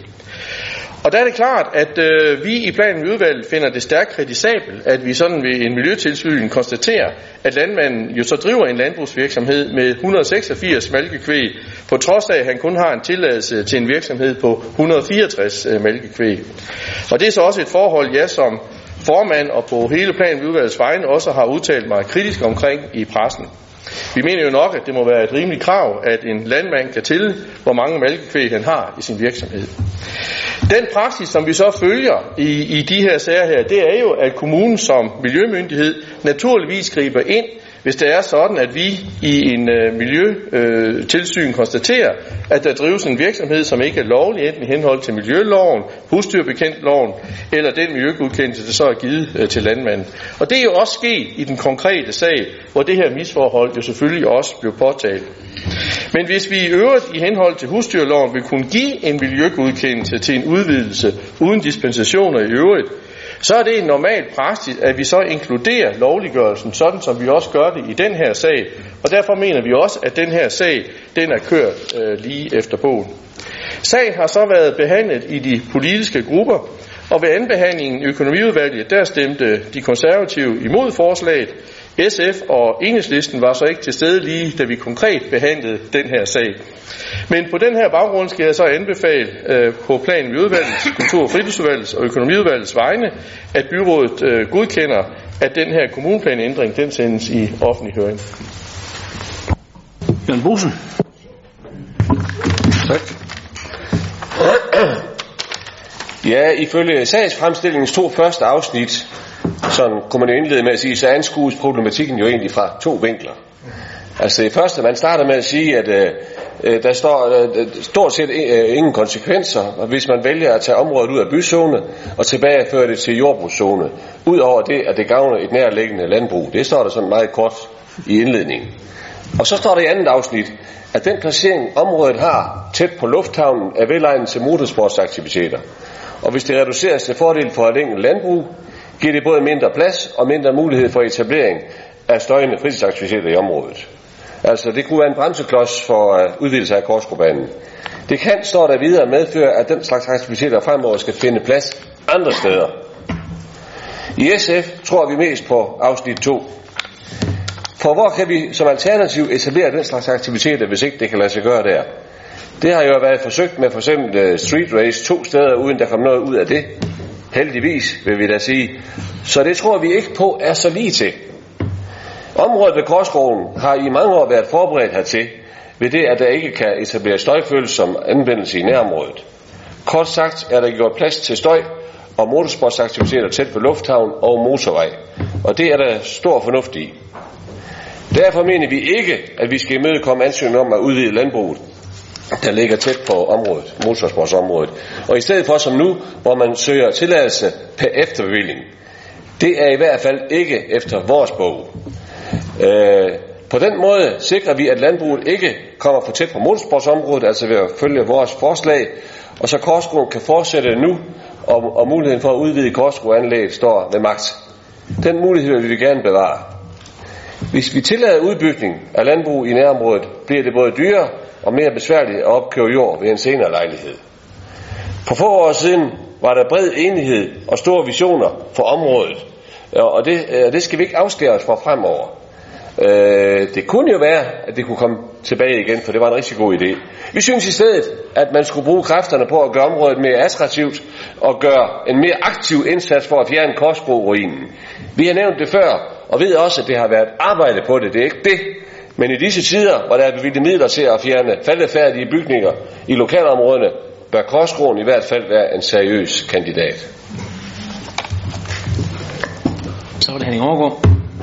Og der er det klart, at vi i Plan- og Udvalget finder det stærkt kritisabelt, at vi sådan ved en miljøtilsyn konstaterer, at landmanden jo så driver en landbrugsvirksomhed med 186 malkekvæg, på trods af, at han kun har en tilladelse til en virksomhed på 164 malkekvæg. Og det er så også et forhold, jeg som formand og på hele Plan- og Udvalgets vegne også har udtalt mig kritisk omkring i pressen. Vi mener jo nok, at det må være et rimeligt krav, at en landmand kan tælle, hvor mange malkekvæg han har i sin virksomhed. Den praksis, som vi så følger i de her sager her, det er jo, at kommunen som miljømyndighed naturligvis griber ind, hvis det er sådan, at vi i en miljøtilsyn konstaterer, at der drives en virksomhed, som ikke er lovlig, enten i henhold til miljøloven, husdyrbekendtloven, eller den miljøgodkendelse, der så er givet til landmanden. Og det er jo også sket i den konkrete sag, hvor det her misforhold jo selvfølgelig også blev påtalt. Men hvis vi i øvrigt i henhold til husdyrloven vil kunne give en miljøgodkendelse til en udvidelse uden dispensationer i øvrigt, så er det en normal praksis, at vi så inkluderer lovliggørelsen, sådan som vi også gør det i den her sag. Og derfor mener vi også, at den her sag, den er kørt lige efter bogen. Sagen har så været behandlet i de politiske grupper, og ved andenbehandlingen i økonomiudvalget, der stemte de konservative imod forslaget. SF og Enhedslisten var så ikke til stede lige, da vi konkret behandlede den her sag. Men på den her baggrund skal jeg så anbefale på planen ved udvalgets, kultur- og fritidsudvalgets og økonomiudvalgets vegne, at byrådet godkender, at den her kommuneplanændring, den sendes i offentlig høring. Jørgen Bosen. Tak. Ja, ifølge sagsfremstillingens 2 første afsnit, sådan kunne man jo indlede med at sige, så anskues problematikken jo egentlig fra 2 vinkler. Altså det første, man starter med at sige, at der står stort set ingen konsekvenser, hvis man vælger at tage området ud af byzone og tilbageføre det til jordbrugszone. Udover det, at det gavner et nærliggende landbrug. Det står der sådan meget kort i indledningen. Og så står der i andet afsnit, at den placering området har tæt på lufthavnen er velegnet til motorsportsaktiviteter. Og hvis det reduceres til fordel for et enkelt landbrug, giver det både mindre plads og mindre mulighed for etablering af støjende fritidsaktiviteter i området. Altså det kunne være en bremseklods for udvidelse af Korsgaardbanen. Det kan, står der videre, medføre, at den slags aktiviteter fremover skal finde plads andre steder. I SF tror vi mest på afsnit 2. For hvor kan vi som alternativ etablere den slags aktiviteter, hvis ikke det kan lade sig gøre der? Det har jo været forsøgt med for eksempel street race 2 steder, uden der kom noget ud af det. Heldigvis, vil vi da sige. Så det tror vi ikke på er så lige til. Området ved Korsgaarden har i mange år været forberedt hertil, ved det, at der ikke kan etablere støjfølsom anvendelse i nærområdet. Kort sagt er der gjort plads til støj og motorsportsaktiviteter tæt på lufthavn og motorvej. Og det er der stor fornuft i. Derfor mener vi ikke, at vi skal imødekomme ansøgningen om at udvide landbruget, der ligger tæt på området, motorsportsområdet. Og i stedet for som nu, hvor man søger tilladelse per efterbevilling. Det er i hvert fald ikke efter vores bog. På den måde sikrer vi, at landbruget ikke kommer for tæt på motorsportsområdet, altså ved at følge vores forslag, og så Korsgaard kan fortsætte nu, og muligheden for at udvide Korsgaard-anlægget står ved magt. Den mulighed vil vi gerne bevare. Hvis vi tillader udbygning af landbrug i nærområdet, bliver det både dyrere og mere besværligt at opkøbe jord ved en senere lejlighed. For få år siden var der bred enighed og store visioner for området, og det skal vi ikke afskære os fra fremover. Det kunne jo være, at det kunne komme tilbage igen, for det var en rigtig god idé. Vi synes i stedet, at man skulle bruge kræfterne på at gøre området mere attraktivt og gøre en mere aktiv indsats for at fjerne Korsgaard-ruinen. Vi har nævnt det før, og ved også, at det har været arbejde på det. Det er ikke det. Men i disse tider, hvor der er bevilget midler til at fjerne faldefærdige bygninger i lokalområderne, bør Korsgaard i hvert fald være en seriøs kandidat. Så var det Henning Overgaard.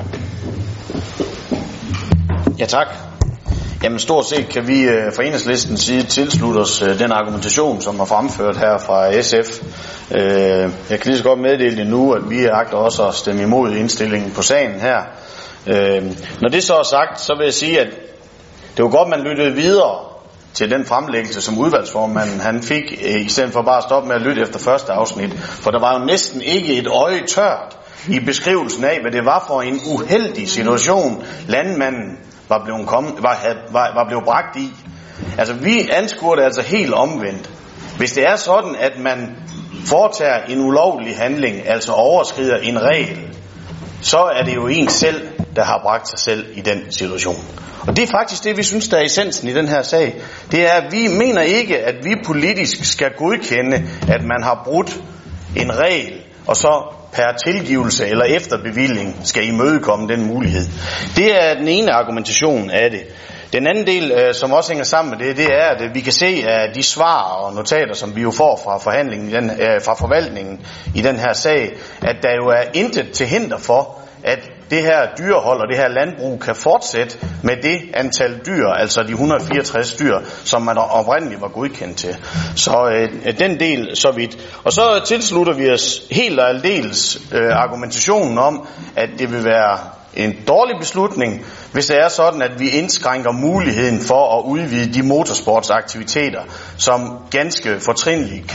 Ja, tak. Jamen stort set kan vi fra Enhedslistens side tilslutte os den argumentation, som er fremført her fra SF. Jeg kan lige så godt meddele det nu, at vi agter også at stemme imod indstillingen på sagen her. Når det så er sagt, så vil jeg sige, at det var godt, man lyttede videre til den fremlæggelse, som udvalgsformanden han fik, i stedet for bare at stoppe med at lytte efter første afsnit. For der var jo næsten ikke et øje tørt i beskrivelsen af, hvad det var for en uheldig situation, landmanden var blevet bragt i. Altså vi anskuer det altså helt omvendt. Hvis det er sådan, at man foretager en ulovlig handling, altså overskrider en regel, så er det jo en selv, der har bragt sig selv i den situation. Og det er faktisk det, vi synes, der er essensen i den her sag. Det er, at vi mener ikke, at vi politisk skal godkende, at man har brudt en regel, og så per tilgivelse eller efterbevilling skal imødekomme den mulighed. Det er den ene argumentation af det. Den anden del, som også hænger sammen med det er, at vi kan se af de svar og notater, som vi jo får fra fra forvaltningen i den her sag, at der jo er intet til hinder for, at det her dyrehold og det her landbrug kan fortsætte med det antal dyr, altså de 164 dyr, som man oprindeligt var godkendt til. Så den del så vidt. Og så tilslutter vi os helt og aldeles argumentationen om, at det vil være en dårlig beslutning, hvis det er sådan, at vi indskrænker muligheden for at udvide de motorsportsaktiviteter, som ganske fortrinligt kan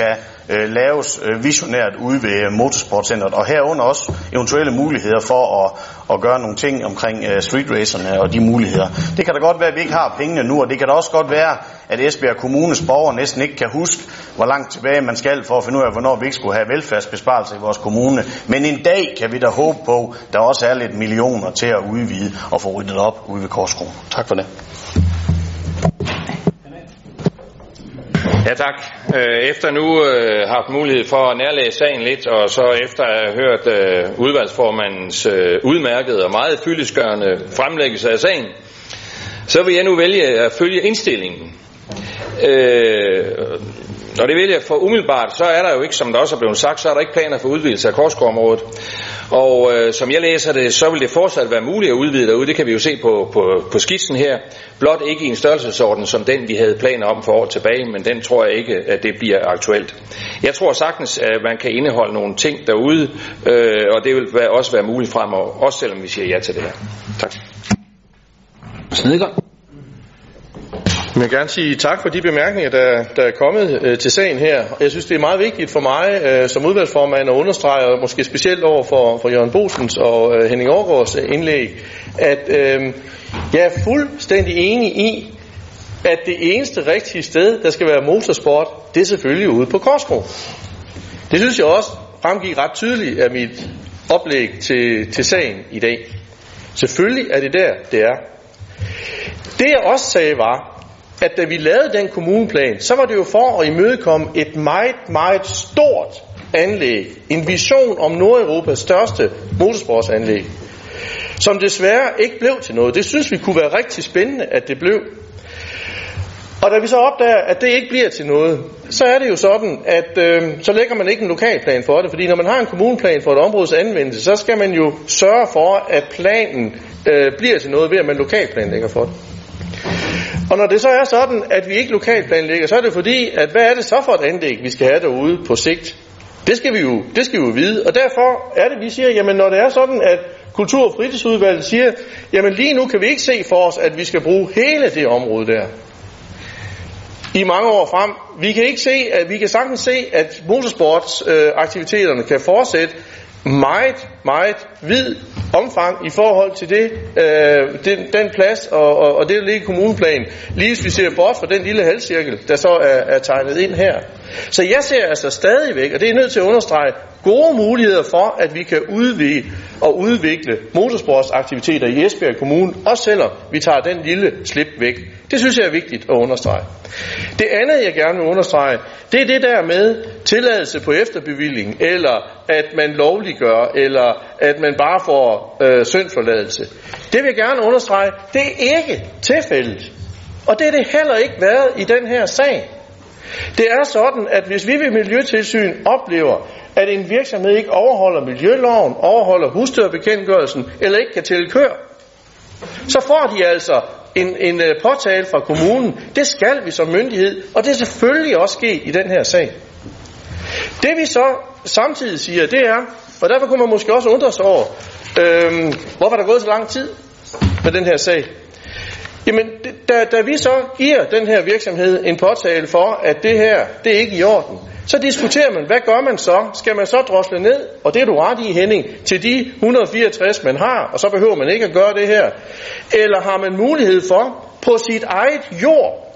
laves visionært ude ved motorsportcenteret, og herunder også eventuelle muligheder for at gøre nogle ting omkring street racerne og de muligheder. Det kan da godt være, at vi ikke har pengene nu, og det kan da også godt være, at Esbjerg Kommunes borgere næsten ikke kan huske, hvor langt tilbage man skal for at finde ud af, hvornår vi ikke skulle have velfærdsbesparelser i vores kommune. Men en dag kan vi da håbe på, der også er lidt millioner til at udvide og få ryddet op ude ved Korskroen. Tak for det. Ja, tak. Efter nu haft mulighed for at nærlæse sagen lidt, og så efter at have hørt udvalgsformandens udmærkede og meget fyldestgørende fremlæggelse af sagen, så vil jeg nu vælge at følge indstillingen. Og det vil jeg for umiddelbart, så er der jo ikke, som der også er blevet sagt, så er der ikke planer for udvidelse af Korskroområdet. Og som jeg læser det, så vil det fortsat være muligt at udvide derude. Det kan vi jo se på skitsen her. Blot ikke i en størrelsesorden som den, vi havde planer om for år tilbage, men den tror jeg ikke, at det bliver aktuelt. Jeg tror sagtens, at man kan indeholde nogle ting derude, og det vil også være muligt fremover, også selvom vi siger ja til det her. Tak. Snedegaard. Jeg vil gerne sige tak for de bemærkninger, der er kommet til sagen her. Jeg synes, det er meget vigtigt for mig som udvalgsformand at understrege, og måske specielt over for Jørgen Bosens og Henning Aargaards indlæg, at jeg er fuldstændig enig i, at det eneste rigtige sted, der skal være motorsport, det er selvfølgelig ude på Korskro. Det synes jeg også fremgik ret tydeligt af mit oplæg til sagen i dag. Selvfølgelig er det der, det er. Det jeg også sagde var, at da vi lavede den kommuneplan, så var det jo for at imødekomme et meget, meget stort anlæg. En vision om Nordeuropas største motorsportsanlæg, som desværre ikke blev til noget. Det synes vi kunne være rigtig spændende, at det blev. Og da vi så opdager, at det ikke bliver til noget, så er det jo sådan, at så lægger man ikke en lokalplan for det. Fordi når man har en kommuneplan for et områdes anvendelse, så skal man jo sørge for, at planen bliver til noget ved, at man lokalplanlægger for det. Og når det så er sådan, at vi ikke lokalplanlægger, så er det fordi, at hvad er det så for et anlæg, vi skal have derude på sigt? Det skal vi jo vide, og derfor er det, vi siger, jamen når det er sådan, at Kultur- og Fritidsudvalget siger, jamen lige nu kan vi ikke se for os, at vi skal bruge hele det område der i mange år frem. Vi kan sagtens se, at motorsportsaktiviteterne kan fortsætte meget, meget vid omfang i forhold til den plads og det, der ligger i kommuneplanen. Lige hvis vi ser bort fra den lille halvcirkel, der så er tegnet ind her. Så jeg ser altså stadigvæk, og det er nødt til at understrege, gode muligheder for, at vi kan udvide og udvikle motorsportsaktiviteter i Esbjerg Kommune, også selvom vi tager den lille slip væk. Det synes jeg er vigtigt at understrege. Det andet, jeg gerne vil understrege, det er det der med tilladelse på efterbevilling, eller at man lovliggør, eller at man bare får syndsforladelse. Det vil jeg gerne understrege, det er ikke tilfældet. Og det er det heller ikke været i den her sag. Det er sådan, at hvis vi ved miljøtilsyn oplever, at en virksomhed ikke overholder miljøloven, overholder husdyrbekendtgørelsen, eller ikke kan tælle køer, så får de altså en påtale fra kommunen. Det skal vi som myndighed, og det er selvfølgelig også sket i den her sag. Det vi så samtidig siger, det er, og derfor kunne man måske også undre sig over, hvorfor der er gået så lang tid med den her sag. Jamen, da vi så giver den her virksomhed en påtale for, at det her, det er ikke i orden, så diskuterer man, hvad gør man så? Skal man så drosle ned, og det er du ret i, Henning, til de 164 man har, og så behøver man ikke at gøre det her? Eller har man mulighed for på sit eget jord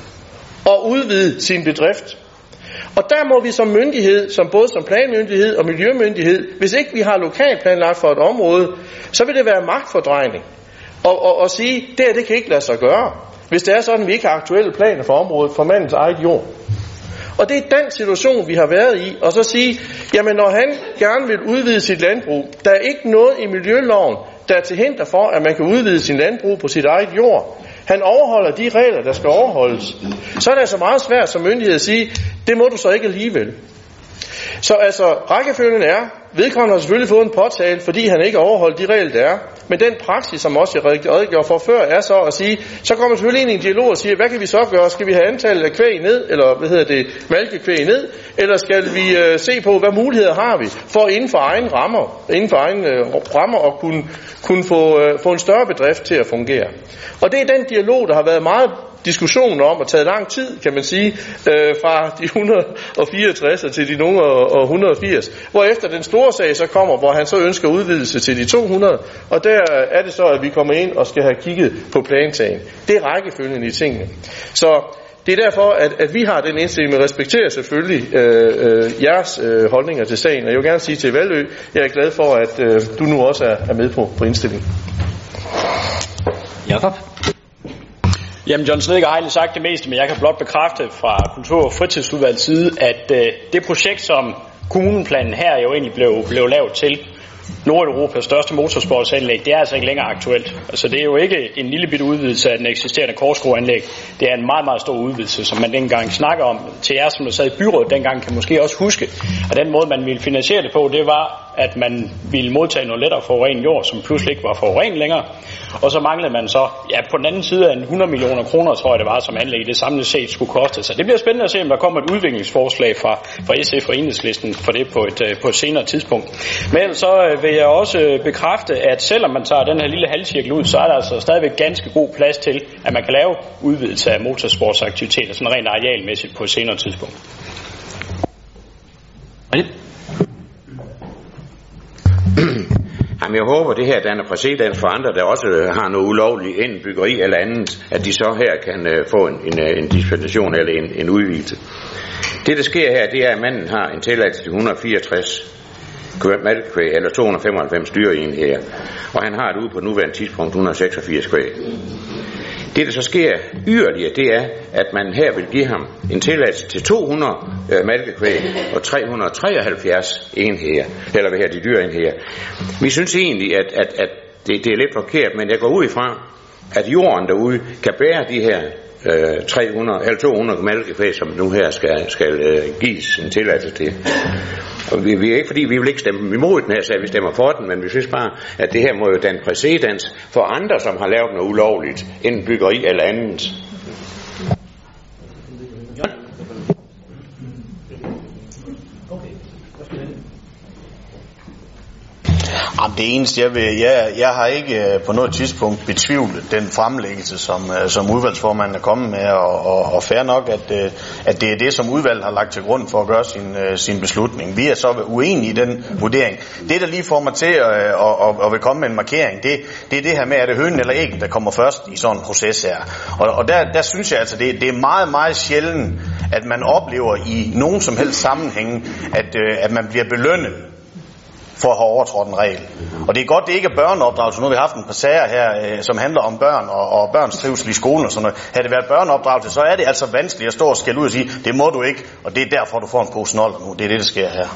at udvide sin bedrift? Og der må vi som myndighed, både som planmyndighed og miljømyndighed, hvis ikke vi har lokalplanlagt for et område, så vil det være magtfordrejning. Og sige, det kan ikke lade sig gøre, hvis det er sådan, at vi ikke har aktuelle planer for området for mandens eget jord. Og det er den situation, vi har været i, og så sige, jamen når han gerne vil udvide sit landbrug, der er ikke noget i miljøloven, der er til hinder for, at man kan udvide sin landbrug på sit eget jord. Han overholder de regler, der skal overholdes. Så er det altså meget svært som myndighed at sige, det må du så ikke alligevel. Så altså, rækkefølgen er, vedkommende har selvfølgelig fået en påtale, fordi han ikke overholdt de regler, der er. Men den praksis, som også jeg redegjorde for før, er så at sige, så kommer man selvfølgelig ind i en dialog og siger, hvad kan vi så gøre? Skal vi have antallet af kvæg ned, eller malkekvæg ned? Eller skal vi se på, hvad muligheder har vi for inden for egen rammer at kunne få en større bedrift til at fungere? Og det er den dialog, der har været meget diskussionen om og taget lang tid, kan man sige, fra de 164 til de nogle og 180, hvorefter den store sag så kommer, hvor han så ønsker udvidelse til de 200, og der er det så, at vi kommer ind og skal have kigget på plantagen. Det er rækkefølgen i tingene. Så det er derfor, at vi har den indstilling, men respekterer selvfølgelig jeres holdninger til sagen. Og jeg vil gerne sige til Valø, jeg er glad for, at du nu også er med på indstillingen. Jakob? Jamen, John Snedgaard har egentlig sagt det meste, men jeg kan blot bekræfte fra Kultur- og Fritidsudvalgets side, at det projekt, som kommuneplanen her jo egentlig blev lavet til, Nordeuropas største motorsportsanlæg, det er altså ikke længere aktuelt. Altså det er jo ikke en lille bitte udvidelse af den eksisterende Korsgaard-anlæg. Det er en meget, meget stor udvidelse, som man dengang snakker om. Til jer, som der sad i byrådet dengang, kan måske også huske, at den måde, man ville finansiere det på, det var, at man ville modtage noget lettere forurenet jord, som pludselig ikke var forurenet længere. Og så manglede man så, på den anden side af 100 millioner kroner, tror jeg det var, som anlæg det samlet set skulle koste. Så det bliver spændende at se, om der kommer et udviklingsforslag fra SF og Enhedslisten for det på et senere tidspunkt. Men så vil jeg også bekræfte, at selvom man tager den her lille halvcirkel ud, så er der altså stadigvæk ganske god plads til, at man kan lave udvidelse af motorsportsaktiviteter, sådan rent arealmæssigt på et senere tidspunkt. Jamen, jeg håber, det her danner præcedens for andre, der også har noget ulovligt enten byggeri eller andet, at de så her kan få en dispensation eller en udvidelse. Det, der sker her, det er, at manden har en tilladelse til 164 malkekvæg eller 295 dyreenheder, og han har det ude på nuværende tidspunkt 186 kvæg. Det, der så sker yderligere, det er, at man her vil give ham en tilladelse til 200 malkekvæg og 373 enheder, eller hvad her de dyreenheder. Vi synes egentlig, at det er lidt forkert, men jeg går ud ifra, at jorden derude kan bære de her 200 malkekvæg, som nu her skal gives en tilladelse til. Og vi er ikke, fordi vi vil ikke stemme imod den her sag, vi stemmer for den, men vi synes bare, at det her må jo danne præcedens for andre, som har lavet noget ulovligt, enten byggeri eller andet. Det eneste jeg har ikke på noget tidspunkt betvivlet den fremlæggelse, som udvalgsformanden er kommet med, og fair nok, at det er det, som udvalget har lagt til grund for at gøre sin beslutning. Vi er så uenige i den vurdering. Det, der lige får mig til at vil komme med en markering, det er det her med, at det hønen eller æggen, der kommer først i sådan en proces her. Og der synes jeg altså, det er meget, meget sjældent, at man oplever i nogen som helst sammenhæng, at man bliver belønnet for at have overtrådt en regel. Og det er godt, det ikke er børneopdragelse. Nu har vi haft en par sager her, som handler om børn og børns trivsel i skolen og sådan noget. Havde det været børneopdragelse, så er det altså vanskeligt at stå og skælde ud og sige, det må du ikke, og det er derfor, du får en pose noller nu. Det er det, der sker her.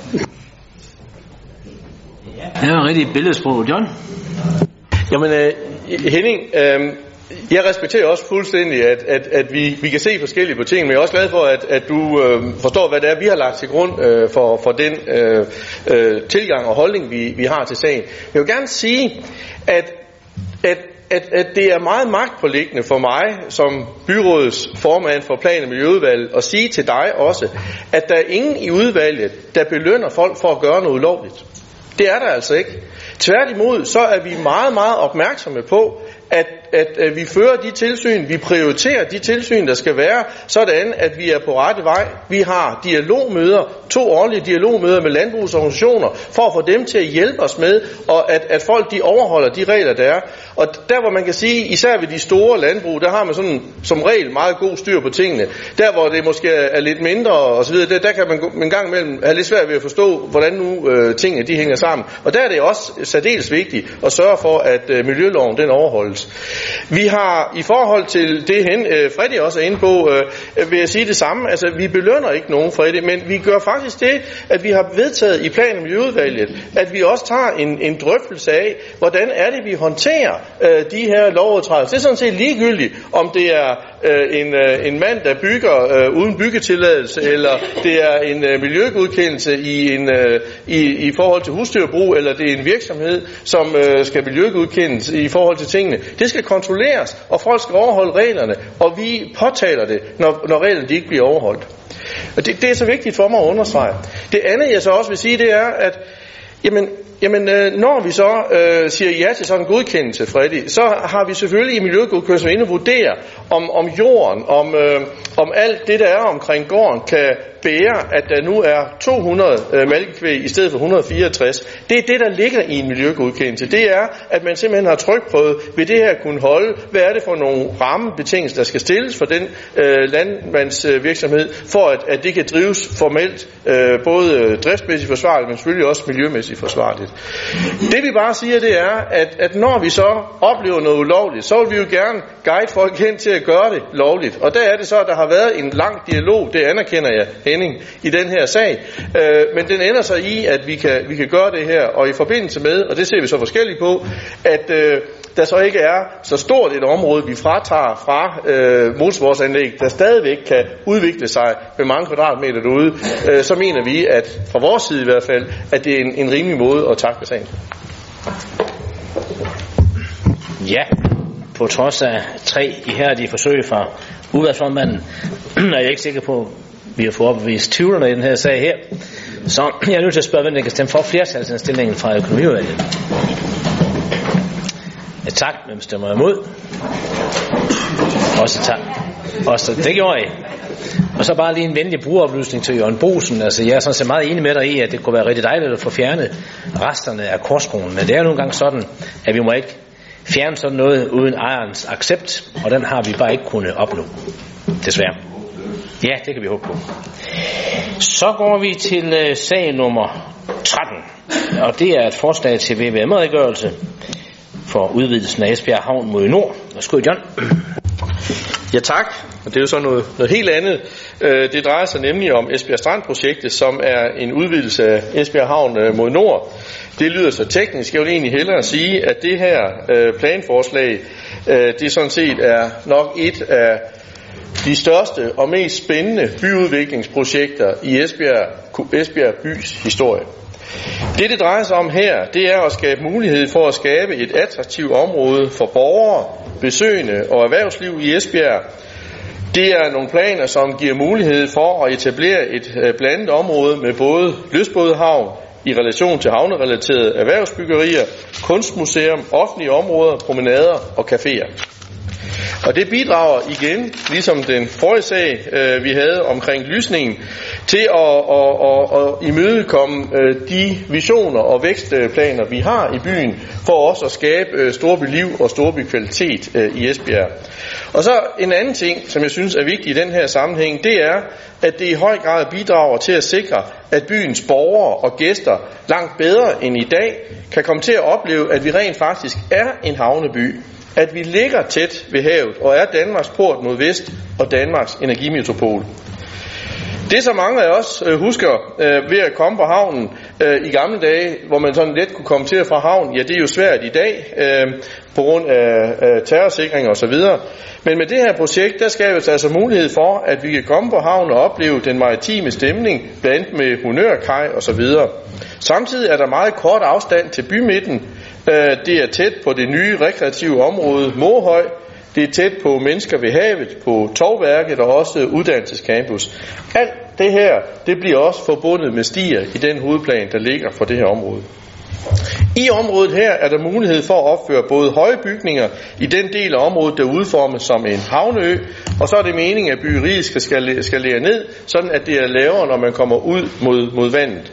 Det er jo en rigtig billedsprog, John. Jamen, Henning, jeg respekterer også fuldstændig, at vi kan se forskelligt på ting, men jeg er også glad for, at du forstår, hvad det er, vi har lagt til grund for den tilgang og holdning, vi har til sagen. Jeg vil gerne sige, at det er meget magtpåliggende for mig, som byrådets formand for Plan- og Miljøudvalget, at sige til dig også, at der er ingen i udvalget, der belønner folk for at gøre noget ulovligt. Det er der altså ikke. Tværtimod, så er vi meget, meget opmærksomme på, at vi fører de tilsyn, vi prioriterer de tilsyn, der skal være, sådan at vi er på rette vej. Vi har dialogmøder, 2 årlige dialogmøder med landbrugsorganisationer, for at få dem til at hjælpe os med, og at folk de overholder de regler, der er. Og der hvor man kan sige, især ved de store landbrug, der har man sådan som regel meget god styr på tingene. Der hvor det måske er lidt mindre og så videre, der kan man en gang imellem have lidt svært ved at forstå, hvordan nu tingene de hænger sammen. Og der er det også særdeles vigtigt at sørge for, at miljøloven den overholdes. Vi har i forhold til det Freddy også er inde på, vil jeg sige det samme. Altså vi belønner ikke nogen, Freddy, men vi gør faktisk det, at vi har vedtaget i Plan- og Miljøudvalget, at vi også tager en drøftelse af, hvordan er det vi håndterer de her lovovertrædelser. Det er sådan set ligegyldigt, om det er en mand, der bygger uden byggetilladelse, eller det er en miljøgodkendelse i forhold til husdyrbrug, eller det er en virksomhed, som skal miljøgodkendes i forhold til tingene. Det skal kontrolleres, og folk skal overholde reglerne, og vi påtaler det, når reglerne de ikke bliver overholdt. Og det er så vigtigt for mig at understrege. Det andet, jeg så også vil sige, det er, at Jamen, når vi så siger ja til sådan en godkendelse, Freddy, så har vi selvfølgelig i miljøgodkendelsen inde og vurdere, om jorden, om alt det, der er omkring gården, kan bære, at der nu er 200 malkekvæg i stedet for 164. Det er det, der ligger i en miljøgodkendelse. Det er, at man simpelthen har trykprøvet, vil det her kunne holde? Hvad er det for nogle rammebetingelser, der skal stilles for den landmandsvirksomhed, for at det kan drives formelt, både driftsmæssigt forsvarligt, men selvfølgelig også miljømæssigt forsvarligt. Det vi bare siger, det er, at når vi så oplever noget ulovligt, så vil vi jo gerne guide folk hen til at gøre det lovligt. Og der er det så, at der har været en lang dialog, det anerkender jeg, Henning, i den her sag. Men den ender så i, at vi kan gøre det her, og i forbindelse med, og det ser vi så forskelligt på, at der så ikke er så stort et område, vi fratager fra motorsportsanlæg, der stadigvæk kan udvikle sig med mange kvadratmeter derude, så mener vi, at fra vores side i hvert fald, at det er en rimelig måde at tackle sagen. Ja, på trods af 3 ihærdige forsøg fra udvalgsformanden, er jeg ikke sikker på, at vi har fået opbevist tvivlerne i den her sag her. Så jeg er nødt til at spørge, hvem der kan stemme for flertalsindstillingen fra økonomiudvalget. Ja, tak, hvem stemmer imod? Også tak. Også det gjorde jeg. Og så bare lige en venlig brugeroplysning til Jørgen Bosen. Altså, jeg er sådan set meget enig med dig i, at det kunne være rigtig dejligt at få fjernet resterne af korskronen. Men det er nogle gange sådan, at vi må ikke fjerne sådan noget uden ejerens accept, og den har vi bare ikke kunnet opnå. Desværre. Ja, det kan vi håbe på. Så går vi til sag nummer 13, og det er et forslag til VVM-redegørelse for udvidelsen af Esbjerg Havn mod nord. Værsgo, John. Ja, tak. Og det er jo så noget helt andet. Det drejer sig nemlig om Esbjerg Strand-projektet, som er en udvidelse af Esbjerg Havn mod nord. Det lyder så teknisk. Jeg vil egentlig hellere sige, at det her planforslag, det sådan set er nok et af de største og mest spændende byudviklingsprojekter i Esbjerg bys historie. Det drejer sig om her, det er at skabe mulighed for at skabe et attraktivt område for borgere, besøgende og erhvervsliv i Esbjerg. Det er nogle planer, som giver mulighed for at etablere et blandet område med både lystbådehavn i relation til havnerelaterede erhvervsbyggerier, kunstmuseum, offentlige områder, promenader og caféer. Og det bidrager igen, ligesom den forrige sag, vi havde omkring lysningen, til at imødekomme de visioner og vækstplaner, vi har i byen, for også at skabe storbyliv og storbykvalitet i Esbjerg. Og så en anden ting, som jeg synes er vigtig i den her sammenhæng, det er, at det i høj grad bidrager til at sikre, at byens borgere og gæster langt bedre end i dag kan komme til at opleve, at vi rent faktisk er en havneby. At vi ligger tæt ved havet og er Danmarks port mod vest og Danmarks energimetropol. Det, som mange af os husker ved at komme på havnen i gamle dage, hvor man sådan let kunne komme til og fra havnen, ja, det er jo svært i dag på grund af terrorsikring og så videre. Men med det her projekt, der skabes altså mulighed for, at vi kan komme på havnen og opleve den maritime stemning, blandt andet med honørkaj og så videre. Samtidig er der meget kort afstand til bymidten. Det er tæt på det nye rekreative område Måhøj. Det er tæt på mennesker ved havet, på tovværket og også uddannelsescampus. Alt det her, det bliver også forbundet med stier i den hovedplan, der ligger for det her område. I området her er der mulighed for at opføre både høje bygninger i den del af området, der udformes som en havneø, og så er det meningen, at byggeriet skal skalere ned, sådan at det er lavere, når man kommer ud mod vandet.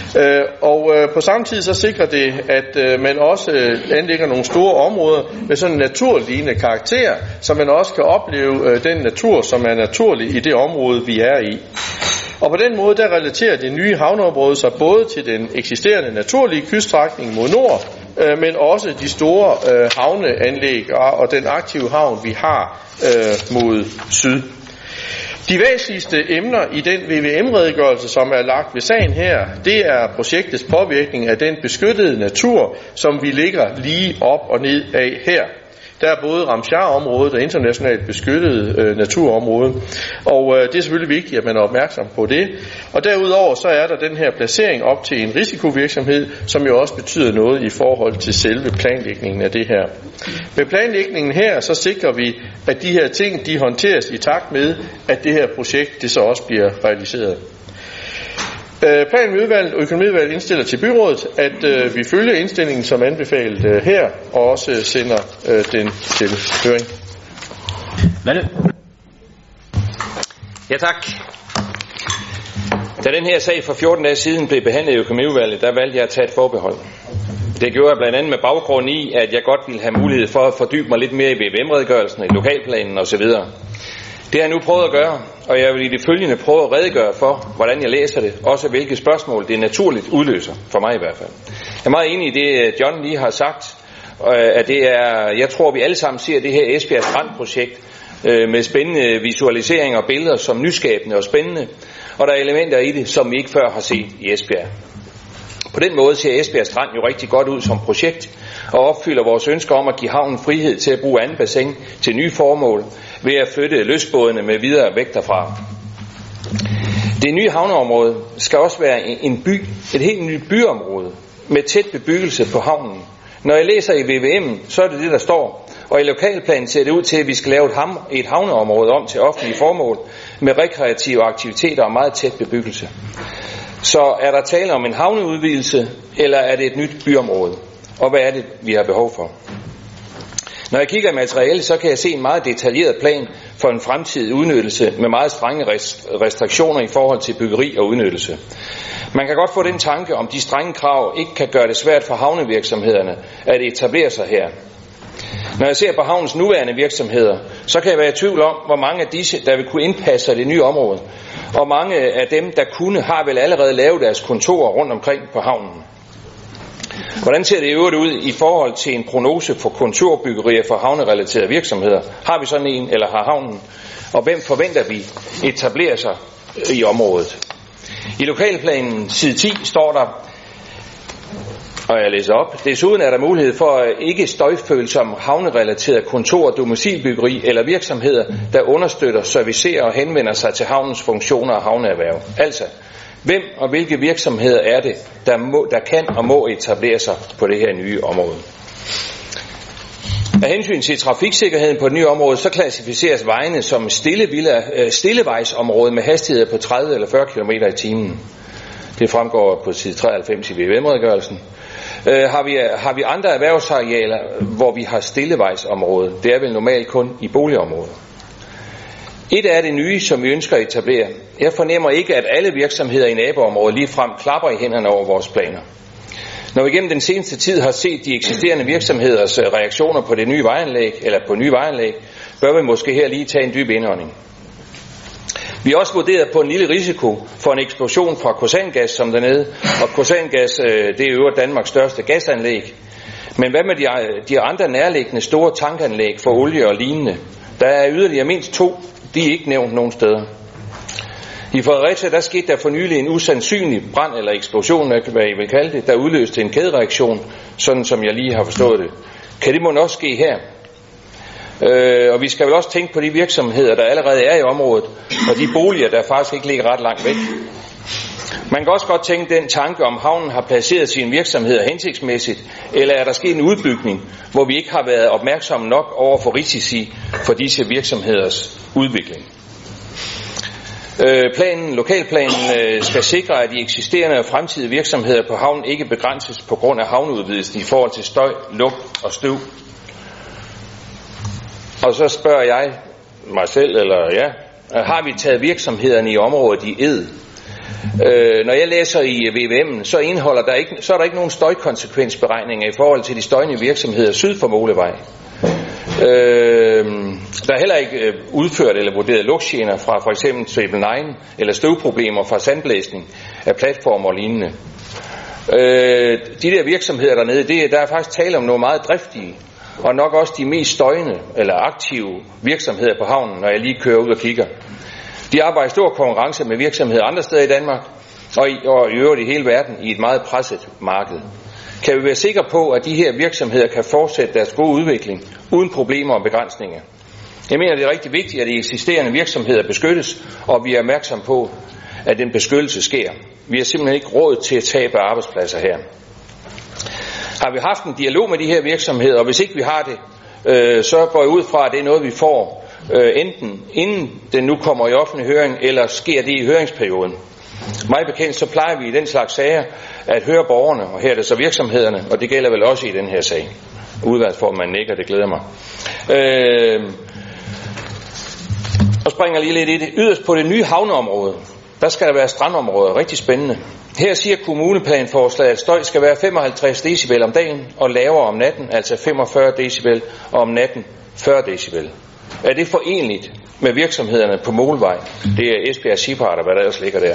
Og på samme tid så sikrer det, at man også anlægger nogle store områder med sådan en naturlignende karakter, så man også kan opleve den natur, som er naturlig i det område, vi er i. Og på den måde, der relaterer det nye havneområde sig både til den eksisterende naturlige kyststrækning mod nord, men også de store havneanlæg og den aktive havn, vi har mod syd. De væsentligste emner i den VVM-redegørelse, som er lagt ved sagen her, det er projektets påvirkning af den beskyttede natur, som vi ligger lige op og ned af her. Der er både Ramsjar-området og internationalt beskyttet naturområde, og det er selvfølgelig vigtigt, at man er opmærksom på det. Og derudover så er der den her placering op til en risikovirksomhed, som jo også betyder noget i forhold til selve planlægningen af det her. Med planlægningen her, så sikrer vi, at de her ting, de håndteres i takt med, at det her projekt, det så også bliver realiseret. Plan med udvalget og økonomiudvalget indstiller til byrådet, at vi følger indstillingen som anbefalet her, og også sender den til høring. Ja, tak. Da den her sag for 14 dage siden blev behandlet i økonomiudvalget, der valgte jeg at tage et forbehold. Det gjorde jeg blandt andet med baggrund i, at jeg godt ville have mulighed for at fordybe mig lidt mere i VVM-redegørelsen, i lokalplanen osv. Det har jeg nu prøvet at gøre, og jeg vil i det følgende prøve at redegøre for, hvordan jeg læser det, også hvilke spørgsmål det naturligt udløser, for mig i hvert fald. Jeg er meget enig i det, John lige har sagt, at det er, jeg tror, vi alle sammen ser det her Esbjerg Strand-projekt med spændende visualiseringer og billeder som nyskabende og spændende, og der er elementer i det, som vi ikke før har set i Esbjerg. På den måde ser Esbjerg Strand jo rigtig godt ud som projekt, og opfylder vores ønsker om at give havnen frihed til at bruge anden bassin til nye formål, ved at flytte lystbådene med videre væk derfra. Det nye havneområde skal også være en by, et helt nyt byområde, med tæt bebyggelse på havnen. Når jeg læser i VVM, så er det det, der står, og i lokalplanen ser det ud til, at vi skal lave et havneområde om til offentlige formål, med rekreative aktiviteter og meget tæt bebyggelse. Så er der tale om en havneudvidelse, eller er det et nyt byområde? Og hvad er det, vi har behov for? Når jeg kigger i materialet, så kan jeg se en meget detaljeret plan for en fremtidig udnyttelse med meget strenge restriktioner i forhold til byggeri og udnyttelse. Man kan godt få den tanke, om de strenge krav ikke kan gøre det svært for havnevirksomhederne at etablere sig her. Når jeg ser på havnens nuværende virksomheder, så kan jeg være i tvivl om, hvor mange af disse, der vil kunne indpasse sig i det nye område. Og mange af dem, der kunne, har vel allerede lavet deres kontorer rundt omkring på havnen. Hvordan ser det i øvrigt ud i forhold til en prognose for kontorbyggerier for havnerelaterede virksomheder? Har vi sådan en, eller har havnen? Og hvem forventer vi etablerer sig i området? I lokalplanen side 10 står der, og jeg læser op, desuden er der mulighed for ikke støjfølsomme havnerelaterede kontor- og domicilbyggeri eller virksomheder, der understøtter, servicerer og henvender sig til havnens funktioner og havneerhverv. Altså, hvem og hvilke virksomheder er det, der kan og må etablere sig på det her nye område? Af hensyn til trafiksikkerheden på det nye område, så klassificeres vejene som stillevejsområde med hastigheder på 30 eller 40 km i timen. Det fremgår på side 93 i VVM-redegørelsen. Har vi andre erhvervsarealer, hvor vi har stillevejsområde? Det er vel normalt kun i boligområder. Et er det nye, som vi ønsker at etablere. Jeg fornemmer ikke, at alle virksomheder i naboområdet ligefrem klapper i hænderne over vores planer. Når vi gennem den seneste tid har set de eksisterende virksomheders reaktioner på det nye vejanlæg, eller på nye vejanlæg, bør vi måske her lige tage en dyb indånding. Vi har også vurderet på en lille risiko for en eksplosion fra Kosangas som dernede, og Kosangas, det er jo Danmarks største gasanlæg. Men hvad med de andre nærliggende store tankanlæg for olie og lignende? Der er yderligere mindst 2, de er ikke nævnt nogen steder. I Fredericia, der skete der for nylig en usandsynlig brand eller eksplosion, hvad I vil kalde det, der udløste en kædereaktion, sådan som jeg lige har forstået det. Kan det måske også ske her? Og vi skal vel også tænke på de virksomheder, der allerede er i området, og de boliger, der faktisk ikke ligger ret langt væk. Man kan også godt tænke den tanke, om havnen har placeret sine virksomheder hensigtsmæssigt, eller er der sket en udbygning, hvor vi ikke har været opmærksomme nok over for risici for disse virksomheders udvikling. Lokalplanen skal sikre, at de eksisterende og fremtidige virksomheder på havnen ikke begrænses på grund af havneudvidelsen i forhold til støj, lugt og støv. Og så spørger jeg mig selv, har vi taget virksomhederne i området i ed? Når jeg læser i VVM, så er der ikke nogen støjkonsekvensberegninger i forhold til de støjende virksomheder syd for Målevej. Der er heller ikke udført eller vurderet lugtgener fra for eksempel Triple 9 eller støvproblemer fra sandblæsning af platformer og lignende. De der virksomheder dernede, der er faktisk tale om nogle meget driftige og nok også de mest støjende eller aktive virksomheder på havnen, når jeg lige kører ud og kigger. De arbejder i stor konkurrence med virksomheder andre steder i Danmark og i øvrigt i hele verden i et meget presset marked. Kan vi være sikre på, at de her virksomheder kan fortsætte deres gode udvikling uden problemer og begrænsninger? Jeg mener, det er rigtig vigtigt, at de eksisterende virksomheder beskyttes, og vi er opmærksom på, at den beskyttelse sker. Vi har simpelthen ikke råd til at tabe arbejdspladser her. Har vi haft en dialog med de her virksomheder, og hvis ikke vi har det, så går jeg ud fra, at det er noget, vi får enten inden den nu kommer i offentlig høring, eller sker det i høringsperioden. Mig bekendt, så plejer vi i den slags sager at høre borgerne, og her er det så virksomhederne, og det gælder vel også i den her sag. Udvalgsformanden nikker, det glæder mig. Og springer lige lidt i det. Yderst på det nye havneområde, der skal der være strandområder. Rigtig spændende. Her siger kommuneplanforslaget, at støj skal være 55 decibel om dagen og lavere om natten, altså 45 decibel, og om natten 40 decibel. Er det forenligt med virksomhederne på Målvej? Det er Esbjerg Sipart, og hvad der ellers ligger der.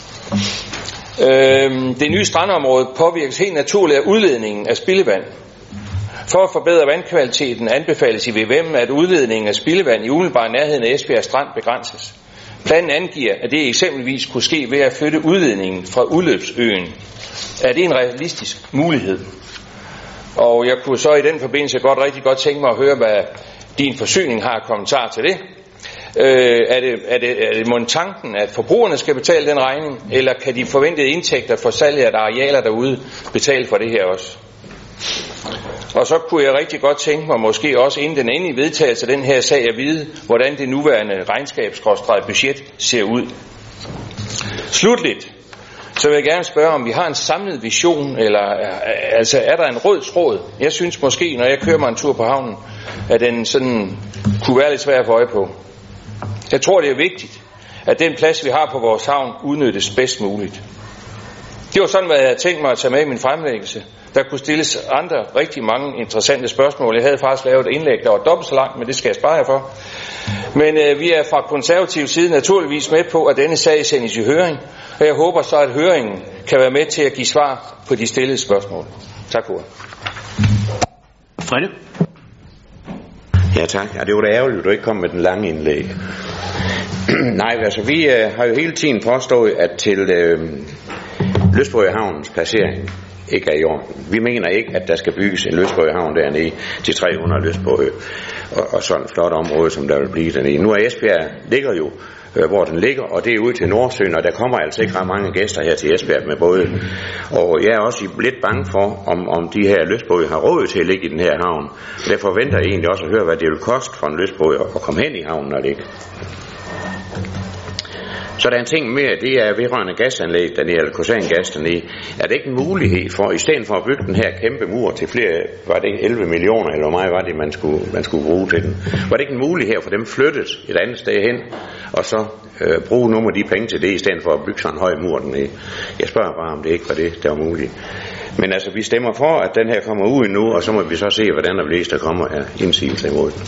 Det nye strandområde påvirkes helt naturligt af udledningen af spildevand. For at forbedre vandkvaliteten anbefales i VVM, at udledningen af spildevand i umiddelbar nærheden af Esbjerg Strand begrænses. Planen angiver, at det eksempelvis kunne ske ved at flytte udledningen fra udløbsøen. Er det en realistisk mulighed? Og jeg kunne så i den forbindelse rigtig godt tænke mig at høre, hvad din forsyning har kommentar til det. Er det mon tanken, at forbrugerne skal betale den regning, eller kan de forventede indtægter for salget af arealer derude betale for det her også? Og så kunne jeg rigtig godt tænke mig, måske også inden den endelige vedtagelse af den her sag, at vide, hvordan det nuværende regnskabs-budget ser ud. Slutligt, så vil jeg gerne spørge, om vi har en samlet vision, eller altså er der en rød tråd? Jeg synes måske, når jeg kører mig en tur på havnen, at den sådan kunne være lidt svær at få øje på. Jeg tror, det er vigtigt, at den plads, vi har på vores havn, udnyttes bedst muligt. Det var sådan, hvad jeg havde tænkt mig at tage med i min fremlæggelse. Der kunne stilles andre rigtig mange interessante spørgsmål. Jeg havde faktisk lavet et indlæg, der var dobbelt så langt, men det skal jeg spare jer for. Men vi er fra konservativ side naturligvis med på, at denne sag sendes i høring, og jeg håber så, at høringen kan være med til at give svar på de stillede spørgsmål. Tak for ordet. Frede? Ja, tak. Ja, det var da ærgerligt, at du ikke kom med den lange indlæg. Nej, altså vi har jo hele tiden påstået, at til Lystbådehavnens placering ikke er i orden. Vi mener ikke, at der skal bygges en lystbådehavn dernede til 300 lystbåde og sådan et flot område, som der vil blive dernede. Nu er Esbjerg ligger jo, hvor den ligger, og det er ude til Nordsøen, og der kommer altså ikke ret mange gæster her til Esbjerg med både. Og jeg er også lidt bange for, om de her lystbåde har råd til at ligge i den her havn. Og derfor venter jeg egentlig også at høre, hvad det vil koste for en lystbåde at komme hen i havnen og ligge. Så der er en ting mere, det er vedrørende gasanlæg, eller Kosan-gas dernede. Er det ikke en mulighed for, i stedet for at bygge den her kæmpe mur til flere, var det 11 millioner, eller hvor meget var det, man skulle bruge til den? Var det ikke en mulighed for dem flyttet et andet sted hen, og så bruge nogle af de penge til det, i stedet for at bygge sådan en høj mur dernede? Jeg spørger bare, om det ikke var det, der var muligt. Men altså, vi stemmer for, at den her kommer ud nu, og så må vi så se, hvordan der kommer af indsigelse imod den.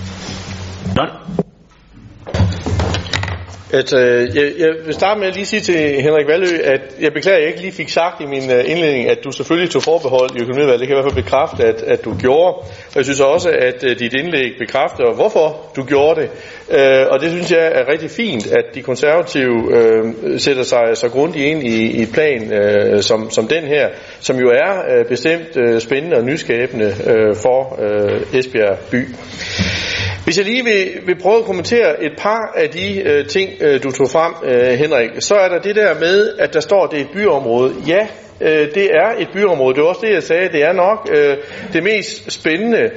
Jeg vil starte med at lige sige til Henrik Vallø, at jeg beklager, at jeg ikke lige fik sagt i min indledning, at du selvfølgelig tog forbehold i økonomiudvalget. Det kan jeg i hvert fald bekræfte, at du gjorde. Og jeg synes også, at dit indlæg bekræfter, hvorfor du gjorde det. Og det synes jeg er rigtig fint, at de konservative sætter sig så grundigt ind i et plan som den her, som jo er bestemt spændende og nyskabende for Esbjerg by. Hvis jeg lige vil prøve at kommentere et par af de ting, du tog frem, Henrik, så er der det der med, at der står, at det er et byområde. Ja, det er et byområde. Det var også det, jeg sagde. Det er nok det mest spændende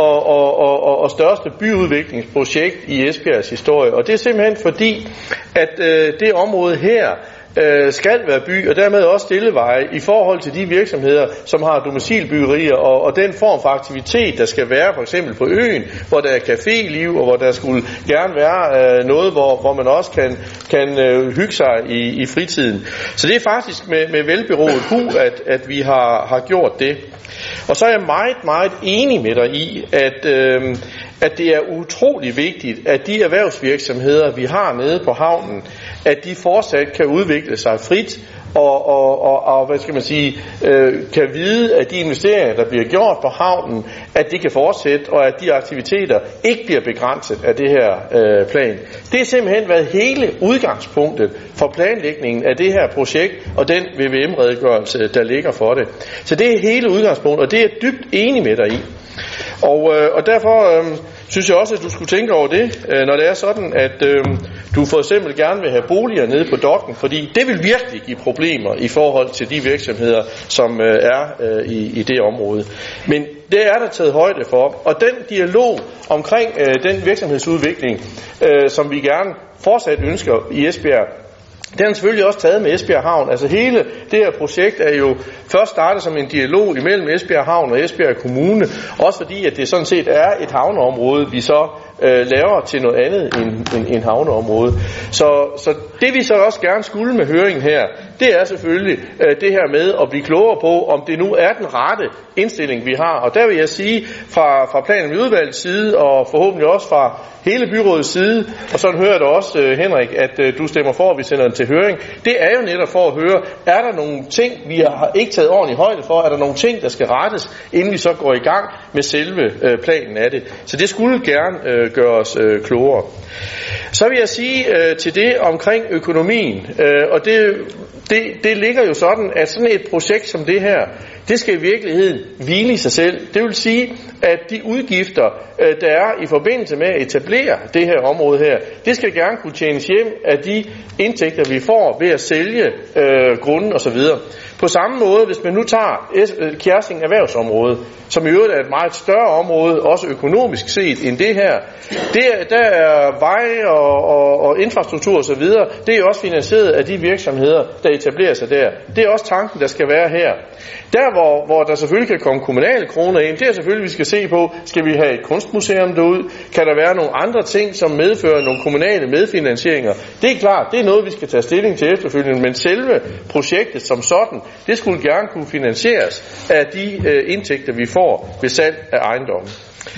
og største byudviklingsprojekt i Esbjergs historie. Og det er simpelthen fordi, at det område her skal være by, og dermed også stilleveje i forhold til de virksomheder, som har domicilbyggerier og den form for aktivitet, der skal være for eksempel på øen, hvor der er caféliv, og hvor der skulle gerne være noget, hvor man også kan hygge sig i fritiden. Så det er faktisk med velberådet hu, at vi har gjort det. Og så er jeg meget, meget enig med dig i, at det er utrolig vigtigt, at de erhvervsvirksomheder, vi har nede på havnen, at de fortsat kan udvikle sig frit og hvad skal man sige, kan vide, at de investeringer, der bliver gjort på havnen, at de kan fortsætte, og at de aktiviteter ikke bliver begrænset af det her plan. Det er simpelthen været hele udgangspunktet for planlægningen af det her projekt, og den VVM-redegørelse, der ligger for det. Så det er hele udgangspunktet, og det er jeg dybt enig med dig i. Og derfor synes jeg også, at du skulle tænke over det, når det er sådan, at du for eksempel gerne vil have boliger nede på dokken, fordi det vil virkelig give problemer i forhold til de virksomheder, som er i det område. Men det er der taget højde for, og den dialog omkring den virksomhedsudvikling, som vi gerne fortsat ønsker i Esbjerg, Den er selvfølgelig også taget med Esbjerg Havn. Altså hele det her projekt er jo først startet som en dialog imellem Esbjerg Havn og Esbjerg Kommune, også fordi at det sådan set er et havneområde, vi så laver til noget andet end havneområde. Så det vi så også gerne skulle med høringen her, det er selvfølgelig det her med at blive klogere på, om det nu er den rette indstilling, vi har. Og der vil jeg sige fra planen med udvalgets side, og forhåbentlig også fra hele byrådets side, og sådan hører jeg da også, Henrik, at du stemmer for, at vi sender den til høring. Det er jo netop for at høre, er der nogle ting, vi har ikke taget ordentligt højde for? Er der nogle ting, der skal rettes, inden vi så går i gang med selve planen af det? Så det skulle gerne gøre os klogere. Så vil jeg sige til det omkring økonomien, og det ligger jo sådan, at sådan et projekt som det her, det skal i virkeligheden hvile i sig selv. Det vil sige, at de udgifter, der er i forbindelse med at etablere det her område her, det skal gerne kunne tjenes hjem af de indtægter, vi får ved at sælge grunden osv. På samme måde, hvis man nu tager Kjersing erhvervsområde, som i øvrigt er et meget større område, også økonomisk set, end det her, der er veje og infrastruktur osv., det er også finansieret af de virksomheder, der etablerer sig der. Det er også tanken, der skal være her. Der, hvor der selvfølgelig kan komme kommunale kroner ind, det er selvfølgelig, vi skal se på, skal vi have et kunstmuseum derude? Kan der være nogle andre ting, som medfører nogle kommunale medfinansieringer? Det er klart, det er noget, vi skal tage stilling til efterfølgende, men selve projektet som sådan, det skulle gerne kunne finansieres af de indtægter, vi får ved salg af ejendommen.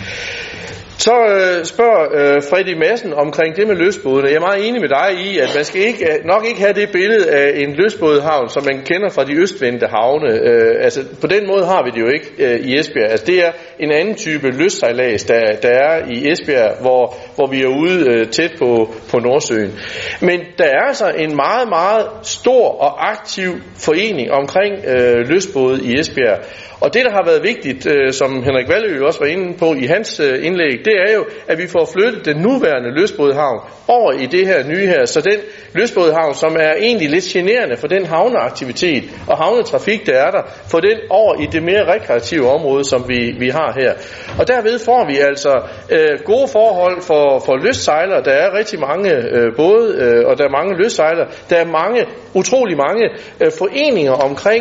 Så spørger Freddy Madsen omkring det med løsbådene. Jeg er meget enig med dig i, at man skal nok ikke have det billede af en løsbådehavn, som man kender fra de østvendte havne. Altså på den måde har vi det jo ikke i Esbjerg. Altså det er en anden type løssejlads, der er i Esbjerg, hvor vi er ude tæt på Nordsøen. Men der er altså en meget, meget stor og aktiv forening omkring løsbåde i Esbjerg. Og det, der har været vigtigt, som Henrik Vallø også var inde på i hans indlæg, det er jo, at vi får flyttet den nuværende løsbådehavn over i det her nye her. Så den løsbådehavn, som er egentlig lidt generende for den havneaktivitet og havnetrafik, der er der, får den over i det mere rekreative område, som vi har her. Og derved får vi altså gode forhold for lystsejlere. Der er rigtig mange både, og der er mange lystsejlere. Der er utrolig mange foreninger omkring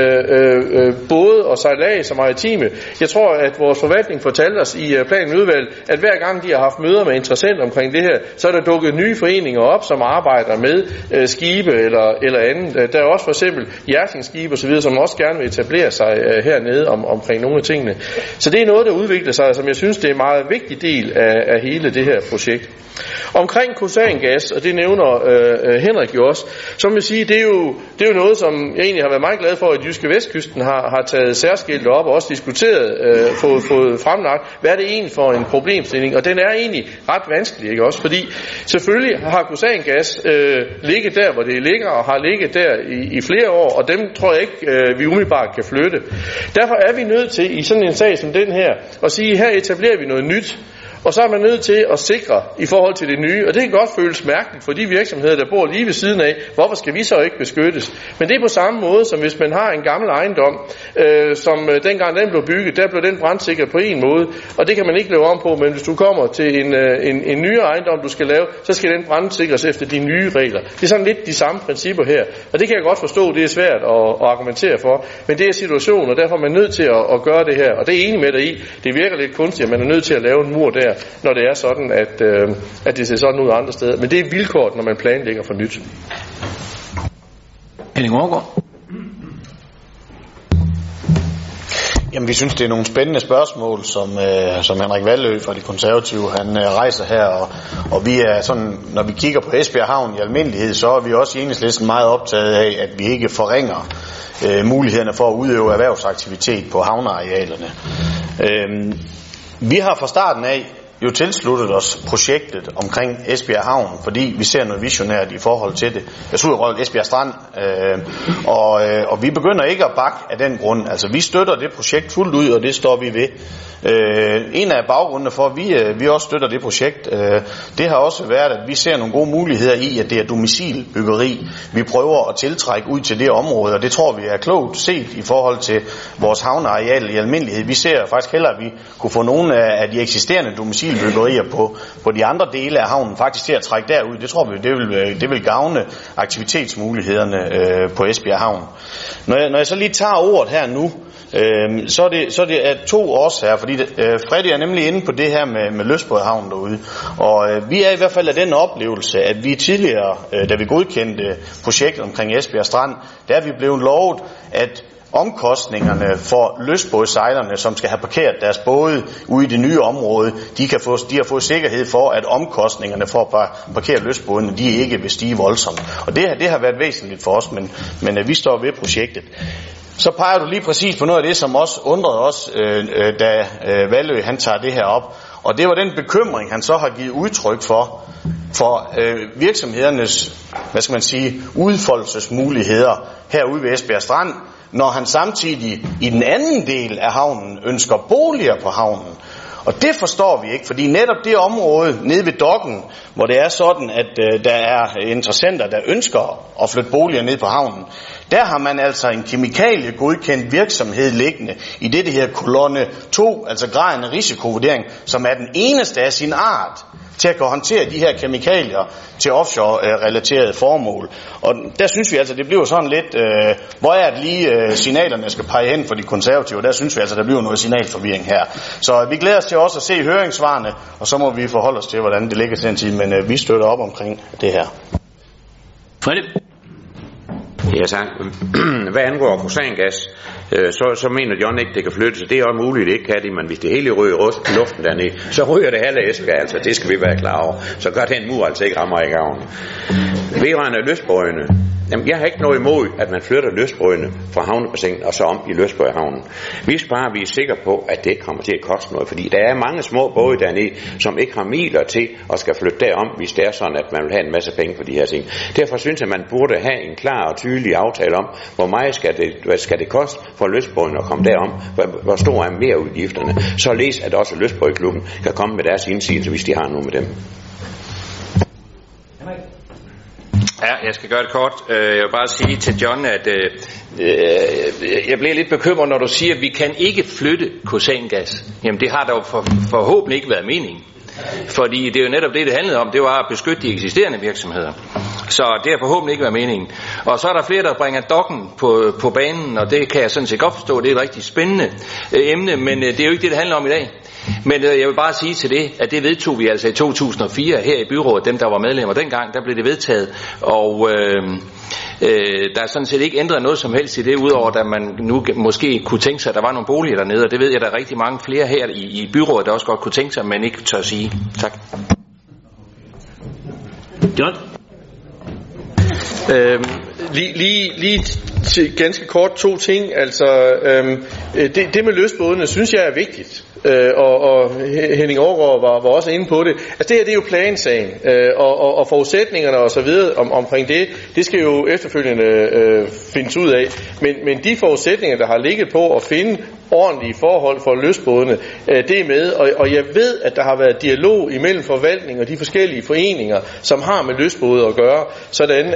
både og sejlads og maritime. Jeg tror, at vores forvaltning fortalte os i planen udvalg, at hver gang de har haft møder med interessenter omkring det her, så er der dukket nye foreninger op, som arbejder med skibe eller andet. Der er også for eksempel hjertingskibe osv., som også gerne vil etablere sig hernede omkring nogle af tingene. Så det er noget, der udvikler sig, som jeg synes, det er en meget vigtig del af hele det her projekt. Omkring kosangas, og det nævner Henrik jo også, så vil jeg sige, det er jo noget, som jeg egentlig har været meget glad for, at Jyske Vestkysten har taget særskilt op og også diskuteret, fået fremlagt, hvad er det egentlig for en problemstilling, og den er egentlig ret vanskelig, ikke også, fordi selvfølgelig har kosangas ligget der, hvor det ligger, og har ligget der i flere år, og dem tror jeg ikke, vi umiddelbart kan flytte. Derfor er vi nødt til, i sådan en sag som den her, at sige, her etablerer vi noget nyt. Og så er man nødt til at sikre i forhold til det nye, og det kan godt føles mærkeligt for de virksomheder, der bor lige ved siden af. Hvorfor skal vi så ikke beskyttes? Men det er på samme måde, som hvis man har en gammel ejendom, som dengang den blev bygget, der blev den brandsikret på en måde, og det kan man ikke lave om på, men hvis du kommer til en ny ejendom, du skal lave, så skal den brandsikres efter de nye regler. Det er sådan lidt de samme principper her, og det kan jeg godt forstå, det er svært at argumentere for, men det er situationen, og derfor er man nødt til at gøre det her, og det er enig med dig i, det virker lidt kunstigt, at man er nødt til at lave en mur der, når det er sådan, at det ser sådan ud andre steder. Men det er vilkåret, når man planlægger for nyt. Henning Overgaard. Jamen, vi synes, det er nogle spændende spørgsmål, som Henrik Vallø fra De Konservative, han rejser her, og vi er sådan, når vi kigger på Esbjerg Havn i almindelighed, så er vi også i Enhedslisten meget optaget af, at vi ikke forringer mulighederne for at udøve erhvervsaktivitet på havnearealerne. Vi har fra starten af jo tilsluttet os projektet omkring Esbjerg Havn, fordi vi ser noget visionært i forhold til det. Jeg så Esbjerg Strand, og vi begynder ikke at bakke af den grund. Altså, vi støtter det projekt fuldt ud, og det står vi ved. En af baggrundene for, at vi også støtter det projekt, det har også været, at vi ser nogle gode muligheder i, at det er domicilbyggeri, vi prøver at tiltrække ud til det område, og det tror vi er klogt set i forhold til vores havneareal i almindelighed. Vi ser faktisk hellere, at vi kunne få nogle af de eksisterende domicilbyggerier tekstilbyggerier på de andre dele af havnen, faktisk til at trække derud. Det tror vi, det vil gavne aktivitetsmulighederne på Esbjerg Havn. Når jeg så lige tager ordet her nu, så er det af to årsager, fordi Freddy er nemlig inde på det her med lystbådehavnen derude, og vi er i hvert fald af den oplevelse, at vi tidligere, da vi godkendte projektet omkring Esbjerg Strand, der er vi blevet lovet, at omkostningerne for lystbådsejlerne, som skal have parkeret deres både ude i det nye område, de har fået sikkerhed for, at omkostningerne for at parkere lystbådene, de ikke vil stige voldsomt. Og det har været væsentligt for os, men vi står ved projektet. Så peger du lige præcis på noget af det, som også undrede os, da Valø han tager det her op. Og det var den bekymring, han så har givet udtryk for virksomhedernes, udfoldelsesmuligheder herude ved Esbjerg Strand, når han samtidig i den anden del af havnen ønsker boliger på havnen. Og det forstår vi ikke, fordi netop det område nede ved dokken, hvor det er sådan, at der er interessenter, der ønsker at flytte boliger ned på havnen, der har man altså en kemikaliegodkendt virksomhed liggende i det her kolonne 2, altså graden af risikovurdering, som er den eneste af sin art til at kunne håndtere de her kemikalier til offshore-relaterede formål. Og der synes vi altså, det bliver sådan lidt, hvor er det lige signalerne skal pege hen for de konservative, der synes vi altså, der bliver noget signalforvirring her. Så vi glæder os til også at se høringssvarene, og så må vi forholde os til, hvordan det ligger til den tid, men vi støtter op omkring det her. Freddy? Ja, tak. Hvad angår kosangas, så mener John ikke, det kan flyttes. Det er også muligt, det ikke kan det, men hvis det hele ryger i luften dernede, så ryger det halve Esbjerg, altså det skal vi være klar over. Så gør den mur altså ikke rammer i gavn. Vedrørende lystbådene, jamen jeg har ikke noget imod, at man flytter lystbådene fra havnebassinet og så om i lystbådehavnen. Hvis bare vi er sikre på, at det ikke kommer til at koste noget, fordi der er mange små både dernede, som ikke har miler til at skal flytte derom, hvis det er sådan, at man vil have en masse penge for de her ting. Derfor synes jeg, at man burde have en klar og tydelig aftale om, hvor meget skal det koste for lystbådene at komme derom, hvor stor er merudgifterne, således at også lystbådeklubben kan komme med deres indsigelse, hvis de har noget med dem. Ja, jeg skal gøre det kort. Jeg vil bare sige til John, at jeg bliver lidt bekymret, når du siger, at vi kan ikke flytte kosangas. Jamen det har dog forhåbentlig ikke været meningen. Fordi det er jo netop det handlede om, det var at beskytte de eksisterende virksomheder. Så det har forhåbentlig ikke været meningen. Og så er der flere, der bringer dokken på banen, og det kan jeg sådan set godt forstå, det er et rigtig spændende emne, men det er jo ikke det handler om i dag. Men jeg vil bare sige til det, at det vedtog vi altså i 2004 her i byrådet, dem der var medlemmer dengang, der blev det vedtaget, og der er sådan set ikke ændret noget som helst i det, udover at man nu måske kunne tænke sig, at der var nogle boliger dernede, og det ved jeg, der er rigtig mange flere her i byrådet, der også godt kunne tænke sig, men ikke tør sige. Tak. John? Lige til ganske kort to ting. Altså, det med løsbådene synes jeg er vigtigt. Og Henning Aargaard var også inde på det. Altså det her, det er jo plansagen, og forudsætningerne og så videre omkring det skal jo efterfølgende findes ud af. Men de forudsætninger, der har ligget på at finde ordentlige forhold for løsbådene, det er med, og jeg ved, at der har været dialog imellem forvaltning og de forskellige foreninger, som har med løsbåde at gøre, sådan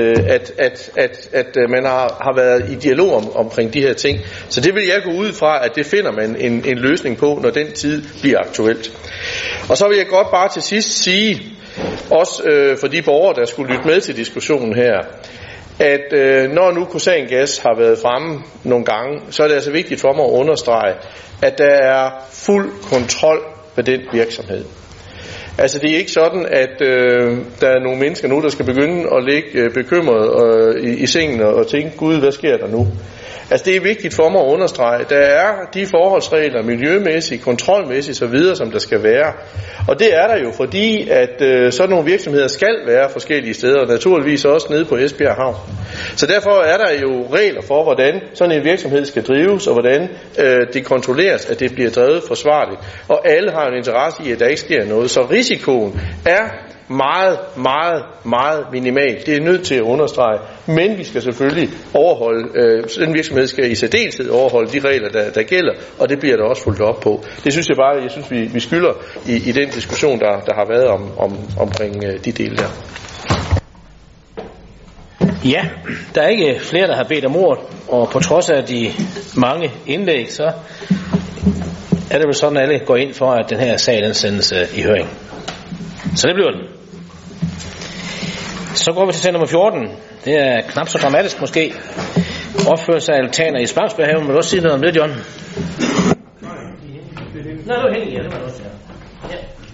at man har været i dialog omkring de her ting. Så det vil jeg gå ud fra, at det finder man en løsning på, når den tid bliver aktuelt. Og så vil jeg godt bare til sidst sige, også for de borgere, der skulle lytte med til diskussionen her, at når nu kosangas har været fremme nogle gange, så er det altså vigtigt for mig at understrege, at der er fuld kontrol med den virksomhed. Altså det er ikke sådan, at der er nogle mennesker nu, der skal begynde at ligge bekymret i sengen og tænke, Gud, hvad sker der nu? Altså det er vigtigt for mig at understrege, der er de forholdsregler, miljømæssigt, kontrolmæssigt så videre, som der skal være. Og det er der jo, fordi at sådan nogle virksomheder skal være forskellige steder, og naturligvis også nede på Esbjerg Havn. Så derfor er der jo regler for, hvordan sådan en virksomhed skal drives, og hvordan det kontrolleres, at det bliver drevet forsvarligt. Og alle har en interesse i, at der ikke sker noget. Så risikoen er meget, meget, meget minimal. Det er nødt til at understrege. Men vi skal selvfølgelig overholde, den virksomhed skal i særdeleshed overholde de regler, der gælder, og det bliver der også fulgt op på. Det synes jeg synes vi skylder i den diskussion, der har været omkring de dele der. Ja, der er ikke flere, der har bedt om ordet, og på trods af de mange indlæg, så er det vel sådan, at alle går ind for, at den her sag den sendes i høring. Så det bliver den. Så går vi til sag nummer 14. Det er knap så dramatisk måske. Opførelse af altaner i Spangsberghaven. Vil du også sige noget om det, John? Nej, det var helt det var også, ja.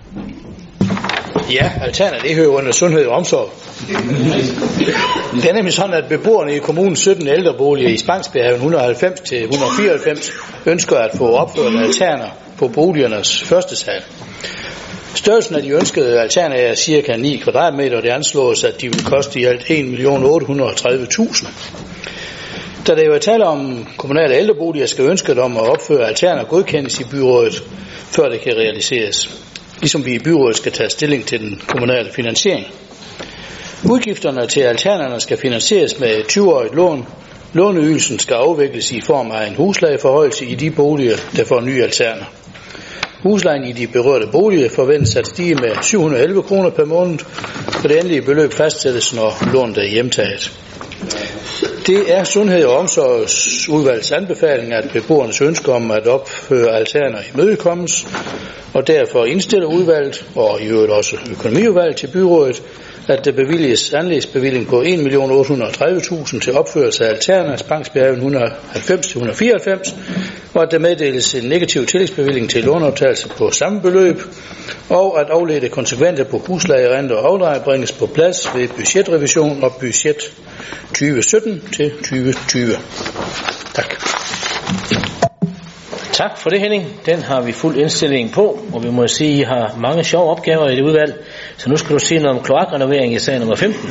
Ja, altaner, det hører under sundhed og omsorg. Det er nemlig sådan, at beboerne i kommunens 17 ældreboliger i Spangsberghaven 190 til 194 ønsker at få opført altaner på boligernes første sal. Størrelsen af de ønskede altaner er ca. 9 kvadratmeter, og det anslås, at de vil koste i alt 1.830.000. Da der jo er tale om kommunale ældreboliger, skal ønsket om at opføre altaner godkendes i byrådet, før det kan realiseres. Ligesom vi i byrådet skal tage stilling til den kommunale finansiering. Udgifterne til alternerne skal finansieres med et 20-årigt lån. Låneydelsen skal afvikles i form af en huslejeforhøjelse i de boliger, der får nye altaner. Huslejen i de berørte boliger forventes at stige med 711 kroner per måned, og det endelige beløb fastsættes, når lånet er hjemtaget. Det er Sundhed- og Omsorgsudvalgets anbefaling, at beboernes ønske om at opføre altaner imødekommes, og derfor indstiller udvalget, og i øvrigt også økonomiudvalget til byrådet, at der bevilges anlægsbevilling på 1.830.000 til opførelse af altaner, Spangsberghaven 190-194, og at der meddeles en negativ tillægsbevilling til låneoptagelse på samme beløb, og at afledte konsekvenser på husleje, rente og afdrag bringes på plads ved budgetrevision og budget 2017 til 2020. Tak. Tak for det, Henning. Den har vi fuld indstilling på, og vi må sige, at I har mange sjove opgaver i det udvalg. Så nu skal du sige noget om kloakrenovering i sag nummer 15.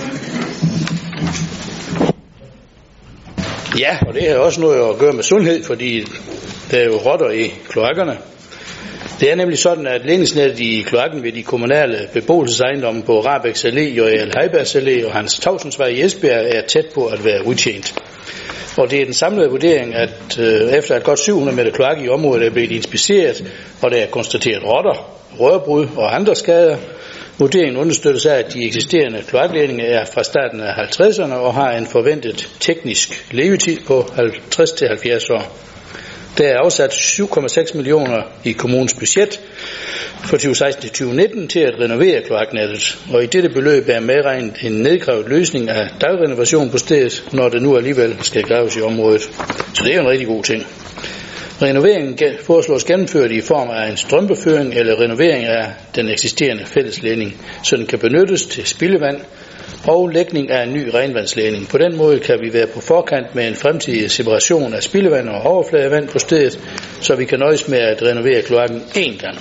Ja, og det har også noget at gøre med sundhed, fordi der er jo rotter i kloakkerne. Det er nemlig sådan, at ledningsnettet i kloakken ved de kommunale beboelsesejendomme på Rahbeks Allé, Joel Heibergs Allé og Hans Tausensvej i Esbjerg er tæt på at være udtjent. Og det er den samlede vurdering, at efter at godt 700 meter kloak i området er blevet inspiceret, og der er konstateret rotter, rørbrud og andre skader. Vurderingen understøttes af, at de eksisterende kloakledninger er fra starten af 50'erne og har en forventet teknisk levetid på 50-70 år. Der er afsat 7,6 millioner i kommunens budget for 2016-2019 til at renovere kloaknettet, og i dette beløb er medregnet en nedgravet løsning af dagrenovation på stedet, når det nu alligevel skal graves i området. Så det er jo en rigtig god ting. Renoveringen foreslås gennemført i form af en strømbeføring eller renovering af den eksisterende fællesledning, så den kan benyttes til spildevand og lægning af en ny regnvandsledning. På den måde kan vi være på forkant med en fremtidig separation af spildevand og overfladevand på stedet, så vi kan nøjes med at renovere kloakken én gang.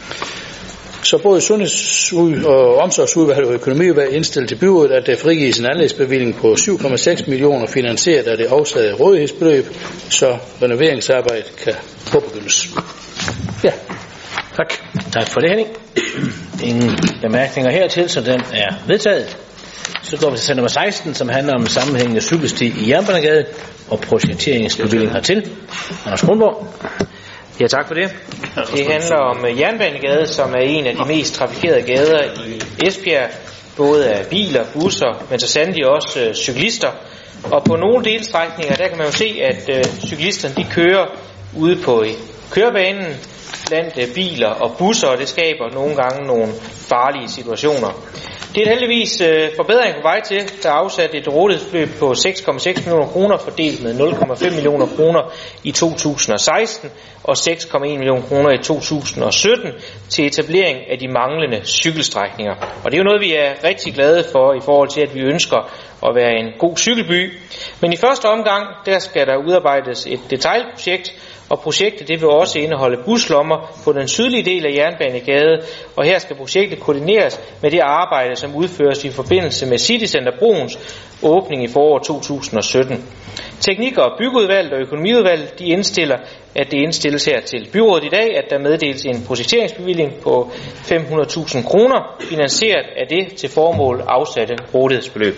Så både Sundheds- og Omsorgsudvalget og Økonomiudvalget indstiller til byrådet, at der frigives en anlægsbevilling på 7,6 millioner finansieret af det afsatte rådighedsbeløb, så renoveringsarbejdet kan påbegyndes. Ja. Tak. Tak for det, Henning. Ingen bemærkninger hertil, så den er vedtaget. Så går vi til sag nummer 16, som handler om sammenhængende cykelsti i Jernbanegade og projekteringsbevilling hertil. Anders Kronborg. Ja, tak for det. Det handler om Jernbanegade, som er en af de mest trafikerede gader i Esbjerg, både af biler, busser, men så sandelig også cyklister. Og på nogle delstrækninger, der kan man jo se, at cyklisterne de kører ude på kørebanen blandt biler og busser, og det skaber nogle gange nogle farlige situationer. Det er heldigvis forbedring på vej til. Der er afsat et rådighedsbeløb på 6,6 millioner kroner, fordelt med 0,5 millioner kroner i 2016 og 6,1 millioner kroner i 2017 til etablering af de manglende cykelstrækninger. Og det er jo noget, vi er rigtig glade for i forhold til, at vi ønsker at være en god cykelby. Men i første omgang, der skal der udarbejdes et detailprojekt, og projektet det vil også indeholde buslommer på den sydlige del af Jernbanegade, og her skal projektet koordineres med det arbejde, som udføres i forbindelse med Citycenter-broens åbning i foråret 2017. Teknik- og byggeudvalget og økonomiudvalget de indstiller, at det indstilles her til byrådet i dag, at der meddeles en projekteringsbevilling på 500.000 kroner, finansieret af det til formål afsatte rådighedsbeløb.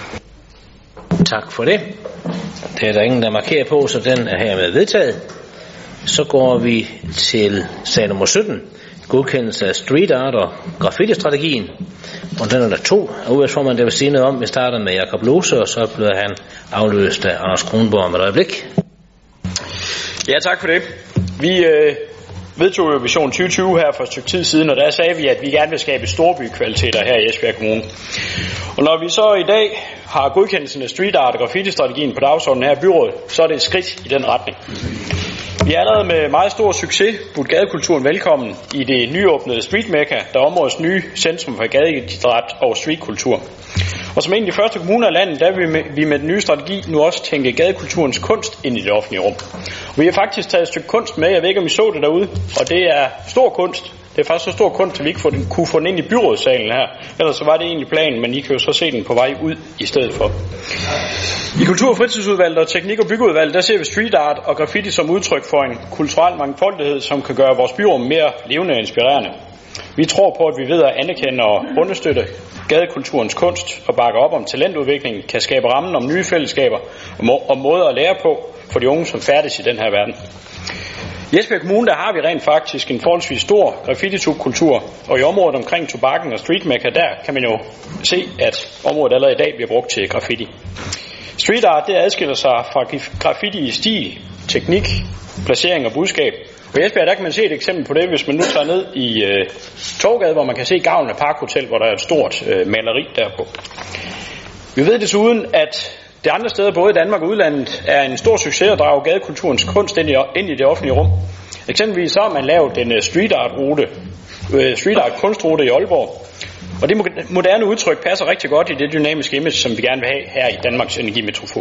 Tak for det. Det er der ingen, der markerer på, så den er hermed vedtaget. Så går vi til sag nummer 17, godkendelse af street art og graffiti-strategien. Og den er der to af udvalgsformanden, der vil sige noget om. Vi starter med Jakob Lose, og så bliver han afløst af Anders Kronborg om et øjeblik. Ja, tak for det. vedtog jo Vision 2020 her for et stykke tid siden, og der sagde vi, at vi gerne vil skabe storbykvaliteter her i Esbjerg Kommune. Og når vi så i dag har godkendelsen af street art og graffiti-strategien på dagsordenen her i byrådet, så er det et skridt i den retning. Vi er allerede med meget stor succes budt gadekulturen velkommen i det nyåbnede Street Mecca, der er områdets nye centrum for gadeidræt og streetkultur. Og som en af de første kommuner i landet, der vil vi med den nye strategi nu også tænke gadekulturens kunst ind i det offentlige rum. Og vi har faktisk taget et stykke kunst med, jeg ved ikke om I så det derude, og det er stor kunst. Det er faktisk så stor kunst, at vi ikke kunne få den ind i byrådssalen her. Ellers så var det egentlig planen, men I kan jo så se den på vej ud i stedet for. I Kultur- og Fritidsudvalget og Teknik- og Byggeudvalget, der ser vi street art og graffiti som udtryk for en kulturel mangfoldighed, som kan gøre vores byrum mere levende og inspirerende. Vi tror på, at vi ved at anerkende og understøtte gadekulturens kunst og bakke op om talentudviklingen, kan skabe rammen om nye fællesskaber og måder at lære på for de unge, som færdes i den her verden. I Esbjerg Kommune, der har vi rent faktisk en forholdsvis stor graffiti-subkultur, og i området omkring Tobakken og Street Mecca, der kan man jo se, at området allerede i dag bliver brugt til graffiti. Street art, det adskiller sig fra graffiti i stil, teknik, placering og budskab. På Esbjerg, der kan man se et eksempel på det, hvis man nu tager ned i Torvgade, hvor man kan se Gavlen af Parkhotel, hvor der er et stort maleri derpå. Vi ved desuden, at det andre steder, både i Danmark og udlandet, er en stor succes at drage gadekulturens kunst ind i det offentlige rum. Eksempelvis så har man lavet en street art kunstrute i Aalborg. Og det moderne udtryk passer rigtig godt i det dynamiske image, som vi gerne vil have her i Danmarks energimetropol.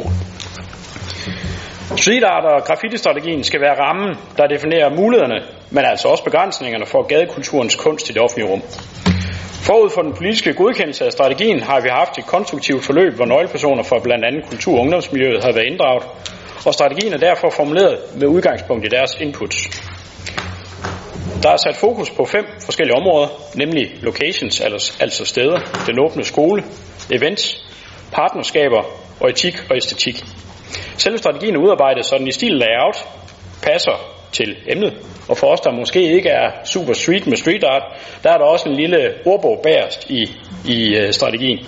Street art og graffiti-strategien skal være rammen, der definerer mulighederne, men altså også begrænsningerne for gadekulturens kunst i det offentlige rum. Forud for den politiske godkendelse af strategien har vi haft et konstruktivt forløb, hvor nøglepersoner fra blandt andet kultur- og ungdomsmiljøet har været inddraget, og strategien er derfor formuleret med udgangspunkt i deres inputs. Der er sat fokus på 5 forskellige områder, nemlig locations, altså steder, den åbne skole, events, partnerskaber og etik og æstetik. Selve strategien er udarbejdet, så den i stil layout passer til emnet. Og for os, der måske ikke er super street med street art, der er der også en lille ordbog bagerst i strategien.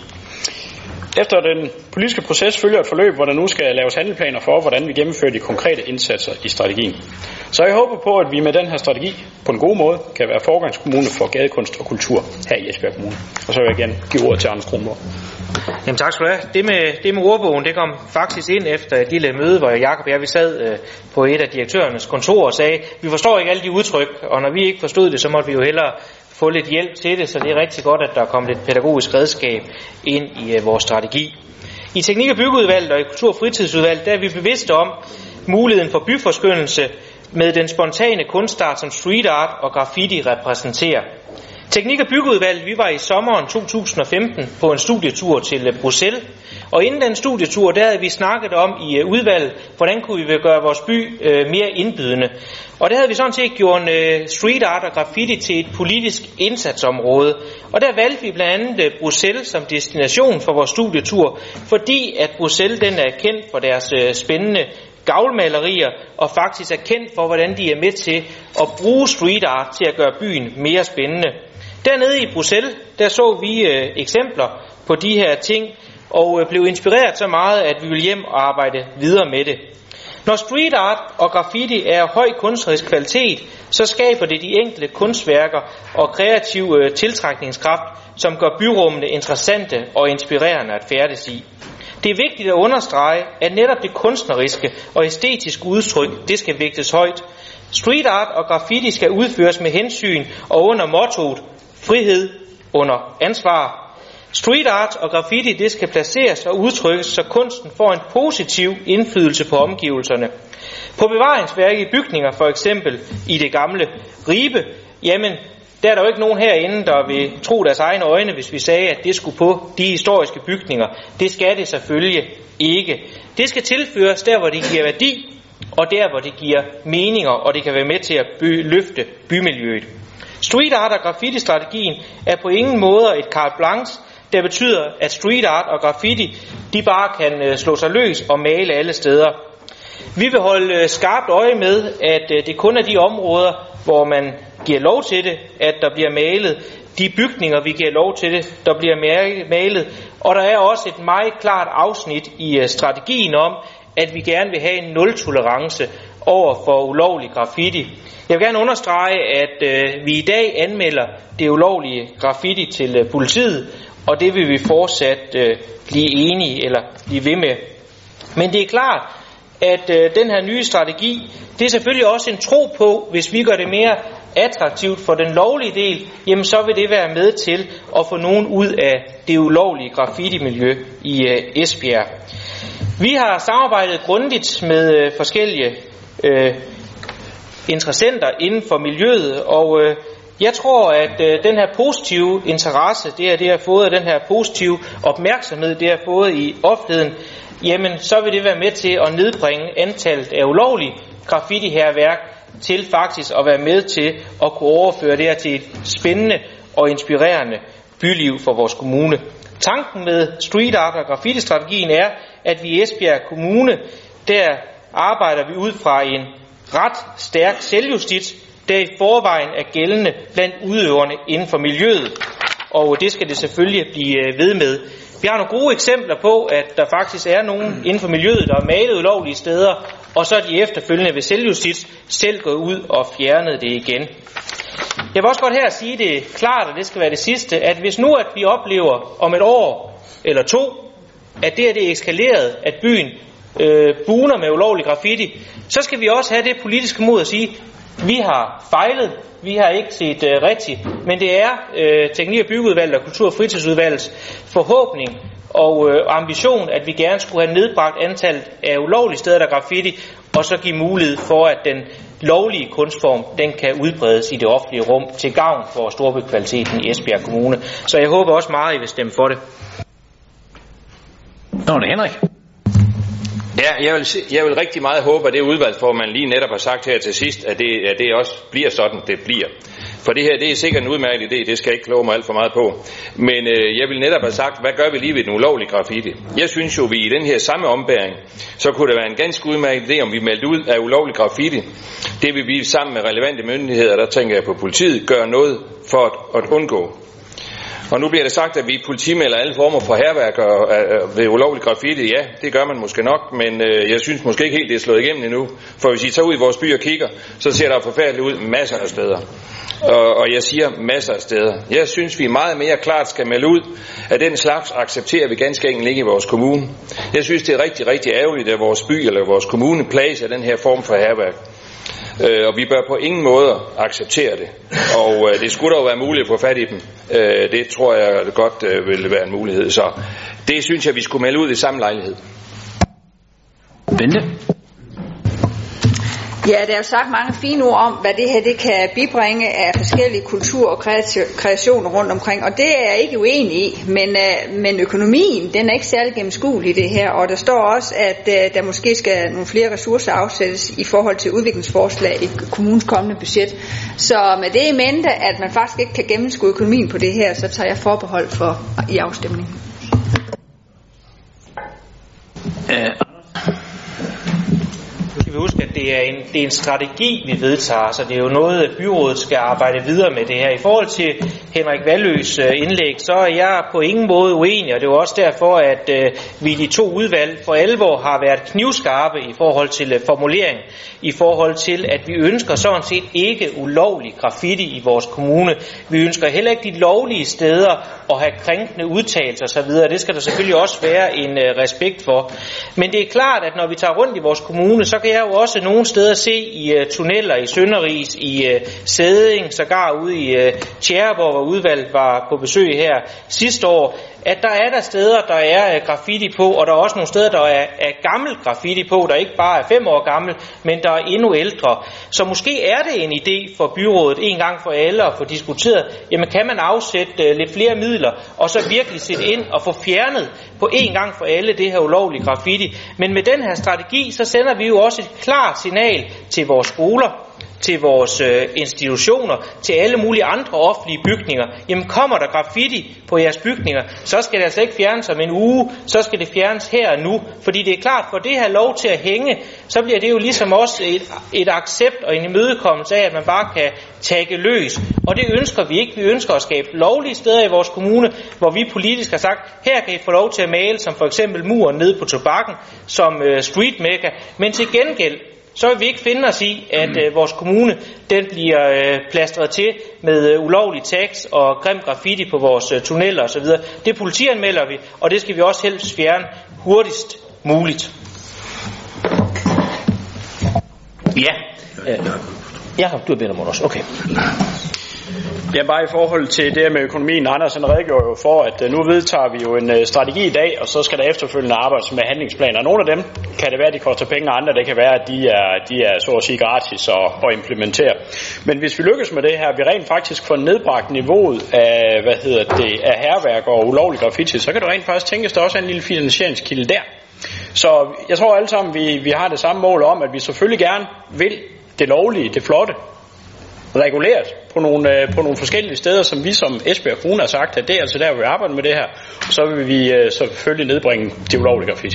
Efter den politiske proces følger et forløb, hvor der nu skal laves handleplaner for, hvordan vi gennemfører de konkrete indsatser i strategien. Så jeg håber på, at vi med den her strategi på en god måde kan være foregangskommune for gadekunst og kultur her i Esbjerg Kommune. Og så vil jeg gerne give ordet til Anders Kronborg. Jamen tak skal du have. Det med ordbogen, det kom faktisk ind efter et lille møde, hvor Jakob og jeg vi sad på et af direktørernes kontorer og sagde, vi forstår ikke alle de udtryk, og når vi ikke forstod det, så måtte vi jo hellere få lidt hjælp til det, så det er rigtig godt, at der er kommet et pædagogisk redskab ind i vores strategi. I Teknik- og Byggeudvalget og i Kultur- og Fritidsudvalget, der er vi bevidste om muligheden for byforskyndelse med den spontane kunstart, som street art og graffiti repræsenterer. Teknik- og Byggeudvalget, vi var i sommeren 2015 på en studietur til Bruxelles, og inden den studietur, der havde vi snakket om i udvalget, hvordan kunne vi gøre vores by mere indbydende. Og der havde vi sådan set gjort street art og graffiti til et politisk indsatsområde. Og der valgte vi blandt andet Bruxelles som destination for vores studietur, fordi at Bruxelles den er kendt for deres spændende gavlmalerier, og faktisk er kendt for, hvordan de er med til at bruge street art til at gøre byen mere spændende. Dernede i Bruxelles, der så vi eksempler på de her ting, og blev inspireret så meget, at vi ville hjem og arbejde videre med det. Når street art og graffiti er høj kunstnerisk kvalitet, så skaber det de enkelte kunstværker og kreativ tiltrækningskraft, som gør byrummene interessante og inspirerende at færdes i. Det er vigtigt at understrege, at netop det kunstneriske og æstetiske udtryk, det skal vægtes højt. Street art og graffiti skal udføres med hensyn og under mottoet frihed under ansvar. Street art og graffiti, det skal placeres og udtrykkes, så kunsten får en positiv indflydelse på omgivelserne. På bevaringsværdige bygninger, for eksempel i det gamle Ribe, jamen, der er der jo ikke nogen herinde, der vil tro deres egne øjne, hvis vi sagde, at det skulle på de historiske bygninger. Det skal det selvfølgelig ikke. Det skal tilføres der, hvor det giver værdi, og der, hvor det giver meninger, og det kan være med til at løfte bymiljøet. Street art og graffiti-strategien er på ingen måde et carte blanche, der betyder, at street art og graffiti, de bare kan slå sig løs og male alle steder. Vi vil holde skarpt øje med, at det kun er de områder, hvor man giver lov til det, at der bliver malet. De bygninger, vi giver lov til det, der bliver malet. Og der er også et meget klart afsnit i strategien om, at vi gerne vil have en nul-tolerance over for ulovlig graffiti. Jeg vil gerne understrege, at vi i dag anmelder det ulovlige graffiti til politiet, og det vil vi fortsat blive enige eller blive ved med. Men det er klart, at den her nye strategi, det er selvfølgelig også en tro på, hvis vi gør det mere attraktivt for den lovlige del, jamen så vil det være med til at få nogen ud af det ulovlige graffiti-miljø i Esbjerg. Vi har samarbejdet grundigt med forskellige interessenter inden for miljøet, og jeg tror, at den her positive interesse, det har fået, den her positive opmærksomhed, det har fået i offentligheden, jamen så vil det være med til at nedbringe antallet af ulovlige graffiti-hærværk til faktisk at være med til at kunne overføre det her til et spændende og inspirerende byliv for vores kommune. Tanken med street art og graffiti-strategien er, at vi i Esbjerg Kommune, der arbejder vi ud fra en ret stærk selvjustits, der i forvejen er gældende blandt udøverne inden for miljøet, og det skal det selvfølgelig blive ved med. Vi har nogle gode eksempler på, at der faktisk er nogen inden for miljøet, der har malet ulovlige steder, og så er de efterfølgende ved selvjustits selv gået ud og fjernet det igen. Jeg vil også godt her sige det klart, og det skal være det sidste, at hvis nu at vi oplever om et år eller to, at det er eskaleret, at byen buner med ulovlig graffiti, så skal vi også have det politiske mod at sige, vi har fejlet, vi har ikke set rigtigt, men det er Teknik- og Byggeudvalget og Kultur- og Fritidsudvalgets forhåbning og ambition, at vi gerne skulle have nedbragt antallet af ulovlige steder, der er graffiti, og så give mulighed for, at den lovlige kunstform, den kan udbredes i det offentlige rum til gavn for storbykvaliteten i Esbjerg Kommune. Så jeg håber også meget, I vil stemme for det. Nå, det er Henrik. Ja, jeg vil rigtig meget håbe, at det udvalgsformand lige netop har sagt her til sidst, at det også bliver sådan, det bliver. For det her, det er sikkert en udmærket idé, det skal jeg ikke kloge mig alt for meget på. Men jeg vil netop have sagt, hvad gør vi lige ved den ulovlige graffiti? Jeg synes jo, vi i den her samme ombæring, så kunne det være en ganske udmærket idé, om vi meldte ud af ulovlig graffiti. Det vil vi sammen med relevante myndigheder, der tænker jeg på politiet, gøre noget for at undgå. Og nu bliver det sagt, at vi politimelder alle former for hærværk ved ulovlig graffiti. Ja, det gør man måske nok, men jeg synes måske ikke helt, det er slået igennem endnu. For hvis I tager ud i vores by og kigger, så ser der forfærdeligt ud masser af steder. Og jeg siger masser af steder. Jeg synes, vi meget mere klart skal melde ud, at den slags accepterer vi ganske enkelt ikke i vores kommune. Jeg synes, det er rigtig, rigtig ærgerligt, at vores by eller vores kommune plages af den her form for hærværk. Og vi bør på ingen måde acceptere det. Og det skulle dog være muligt at få fat i dem. Det tror jeg godt ville være en mulighed. Så det synes jeg, vi skulle melde ud i samme lejlighed. Bente? Ja, der er jo sagt mange fine ord om, hvad det her det kan bibringe af forskellige kultur- og kreationer rundt omkring, og det er jeg ikke uenig i, men økonomien, den er ikke særlig gennemskuelig i det her, og der står også, at der måske skal nogle flere ressourcer afsættes i forhold til udviklingsforslag i kommunens kommende budget. Så med det i mente, at man faktisk ikke kan gennemskue økonomien på det her, så tager jeg forbehold for i afstemningen. Vi huske, at det er en strategi, vi vedtager, så det er jo noget, byrådet skal arbejde videre med det her. I forhold til Henrik Valløs indlæg, så er jeg på ingen måde uenig, og det er jo også derfor, at vi i de to udvalg for alvor har været knivskarpe i forhold til formulering, i forhold til, at vi ønsker sådan set ikke ulovlig graffiti i vores kommune. Vi ønsker heller ikke de lovlige steder at have krænkende udtalelser osv. Det skal der selvfølgelig også være en respekt for. Men det er klart, at når vi tager rundt i vores kommune, så kan jeg jo også nogle steder se i tunneller i Sønderris, i Sæding, sågar ude i Tjæreborg, hvor udvalget var på besøg her sidste år, at der er der steder, der er graffiti på, og der er også nogle steder, der er gammel graffiti på, der ikke bare er 5 år gammel, men der er endnu ældre. Så måske er det en idé for byrådet en gang for alle at få diskuteret, jamen kan man afsætte lidt flere midler, og så virkelig sætte ind og få fjernet på en gang for alle det her ulovlige graffiti. Men med den her strategi, så sender vi jo også et klart signal til vores skoler, til vores institutioner, til alle mulige andre offentlige bygninger. Jamen kommer der graffiti på jeres bygninger, så skal det altså ikke fjernes om en uge, så skal det fjernes her og nu. Fordi det er klart, for det her lov til at hænge, så bliver det jo ligesom også et accept og en imødekommelse af, at man bare kan tagge løs. Og det ønsker vi ikke. Vi ønsker at skabe lovlige steder i vores kommune, hvor vi politisk har sagt, her kan I få lov til at male, som for eksempel muren nede på Tobakken, som streetmaker. Men til gengæld, så vil vi ikke finde os i, at vores kommune den bliver plastret til med ulovlig tags og grim graffiti på vores tunneller osv. Det politianmelder vi, og det skal vi også helst fjerne hurtigst muligt. Ja. Jakob, du har bedt om også. Okay. Ja, bare i forhold til det med økonomien. Andersen redegjorde jo for, at nu vedtager vi jo en strategi i dag, og så skal der efterfølgende arbejdes med handlingsplaner. Nogle af dem kan det være, at de koster penge, og andre det kan være, at de er så at sige gratis at implementere. Men hvis vi lykkes med det her, vi rent faktisk får nedbragt niveauet af, af hærværk og ulovlig graffiti, så kan du rent faktisk tænkes, der også er en lille finansieringskilde der. Så jeg tror alle sammen, vi har det samme mål om, at vi selvfølgelig gerne vil det lovlige, det flotte, reguleret på nogle forskellige steder, som vi som Esbjerg Kommune har sagt, at det er altså der, vi arbejder med det her. Og så vil vi selvfølgelig nedbringe det ulovlige graffiti.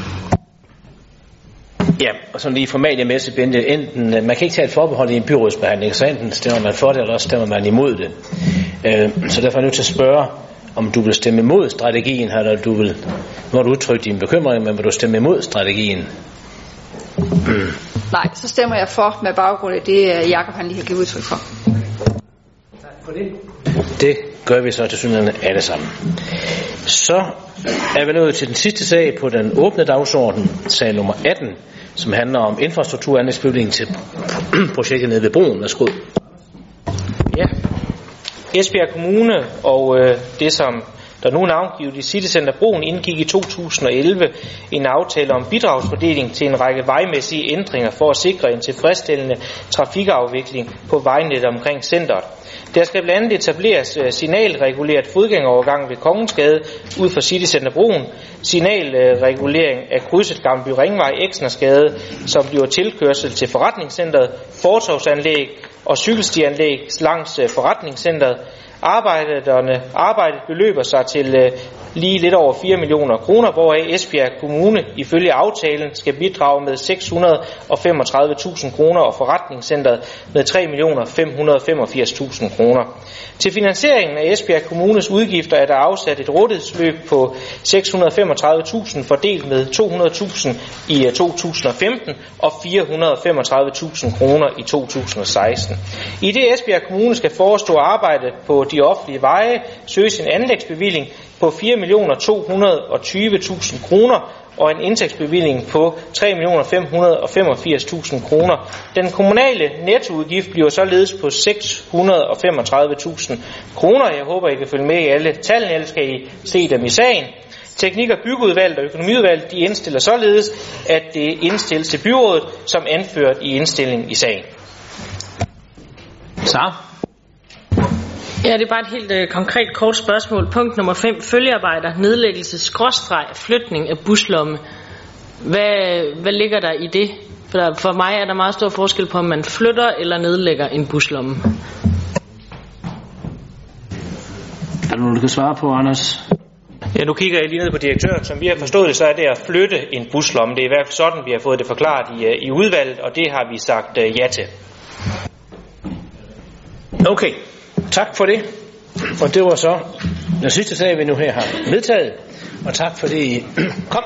Ja, og sådan lige formaliemæssigt, Bente, enten, man kan ikke tage et forbehold i en byrådsbehandling, så enten stemmer man for det, eller også stemmer man imod det. Så derfor er jeg nødt til at spørge, om du vil stemme imod strategien, eller du vil, nu har du udtrykt dine bekymringer, men vil du stemme imod strategien? Nej, så stemmer jeg for med baggrund af det, Jakob han lige har givet udtryk for. Tak for det. Det gør vi så til synligheden alle sammen. Så er vi nået til den sidste sag på den åbne dagsorden, sag nummer 18, som handler om infrastrukturanlægsbevilling til projektet nede ved broen. Værsgo. Ja, Esbjerg Kommune og det som der nu er navngivet i Citycenter Broen, indgik i 2011 en aftale om bidragsfordeling til en række vejmæssige ændringer for at sikre en tilfredsstillende trafikafvikling på vejnettet omkring centret. Der skal blandt andet etableres signalreguleret fodgængerovergang ved Kongensgade ud for Citycenter Broen, signalregulering af krydset Gammelby Ringvej Eksnersgade, som bliver tilkørsel til forretningscentret, fortovsanlæg og cykelstianlæg langs forretningscentret. Arbejdet beløber sig til lige lidt over 4 millioner kroner, hvoraf Esbjerg Kommune ifølge aftalen skal bidrage med 635.000 kroner og forretningscentret med 3.585.000 kroner. Til finansieringen af Esbjerg Kommunes udgifter er der afsat et rådighedsbeløb på 635.000 fordelt med 200.000 i 2015 og 435.000 kroner i 2016. I det Esbjerg Kommune skal forestå arbejde på de offentlige veje, søges en anlægsbevilling på 4.220.000 kroner og en indtægtsbevilling på 3.585.000 kroner. Den kommunale nettoudgift bliver således på 635.000 kroner. Jeg håber, I kan følge med i alle tallene, ellers skal I se dem i sagen. Teknik- og byggeudvalget og økonomiudvalget de indstiller således, at det indstilles til byrådet, som anført i indstillingen i sagen. Så. Ja, det er bare et helt konkret kort spørgsmål. Punkt nummer 5. Følgearbejder, nedlæggelse, flytning af buslomme. Hvad ligger der i det? For mig er der meget stor forskel på, om man flytter eller nedlægger en buslomme. Er der noget, du kan svare på, Anders? Ja, nu kigger jeg lige ned på direktøren. Som vi har forstået det, så er det at flytte en buslomme. Det er i hvert fald sådan, vi har fået det forklaret i udvalget, og det har vi sagt ja til. Okay. Tak for det. Og det var så den sidste sag, vi nu her har vedtaget. Og tak for det, I kom.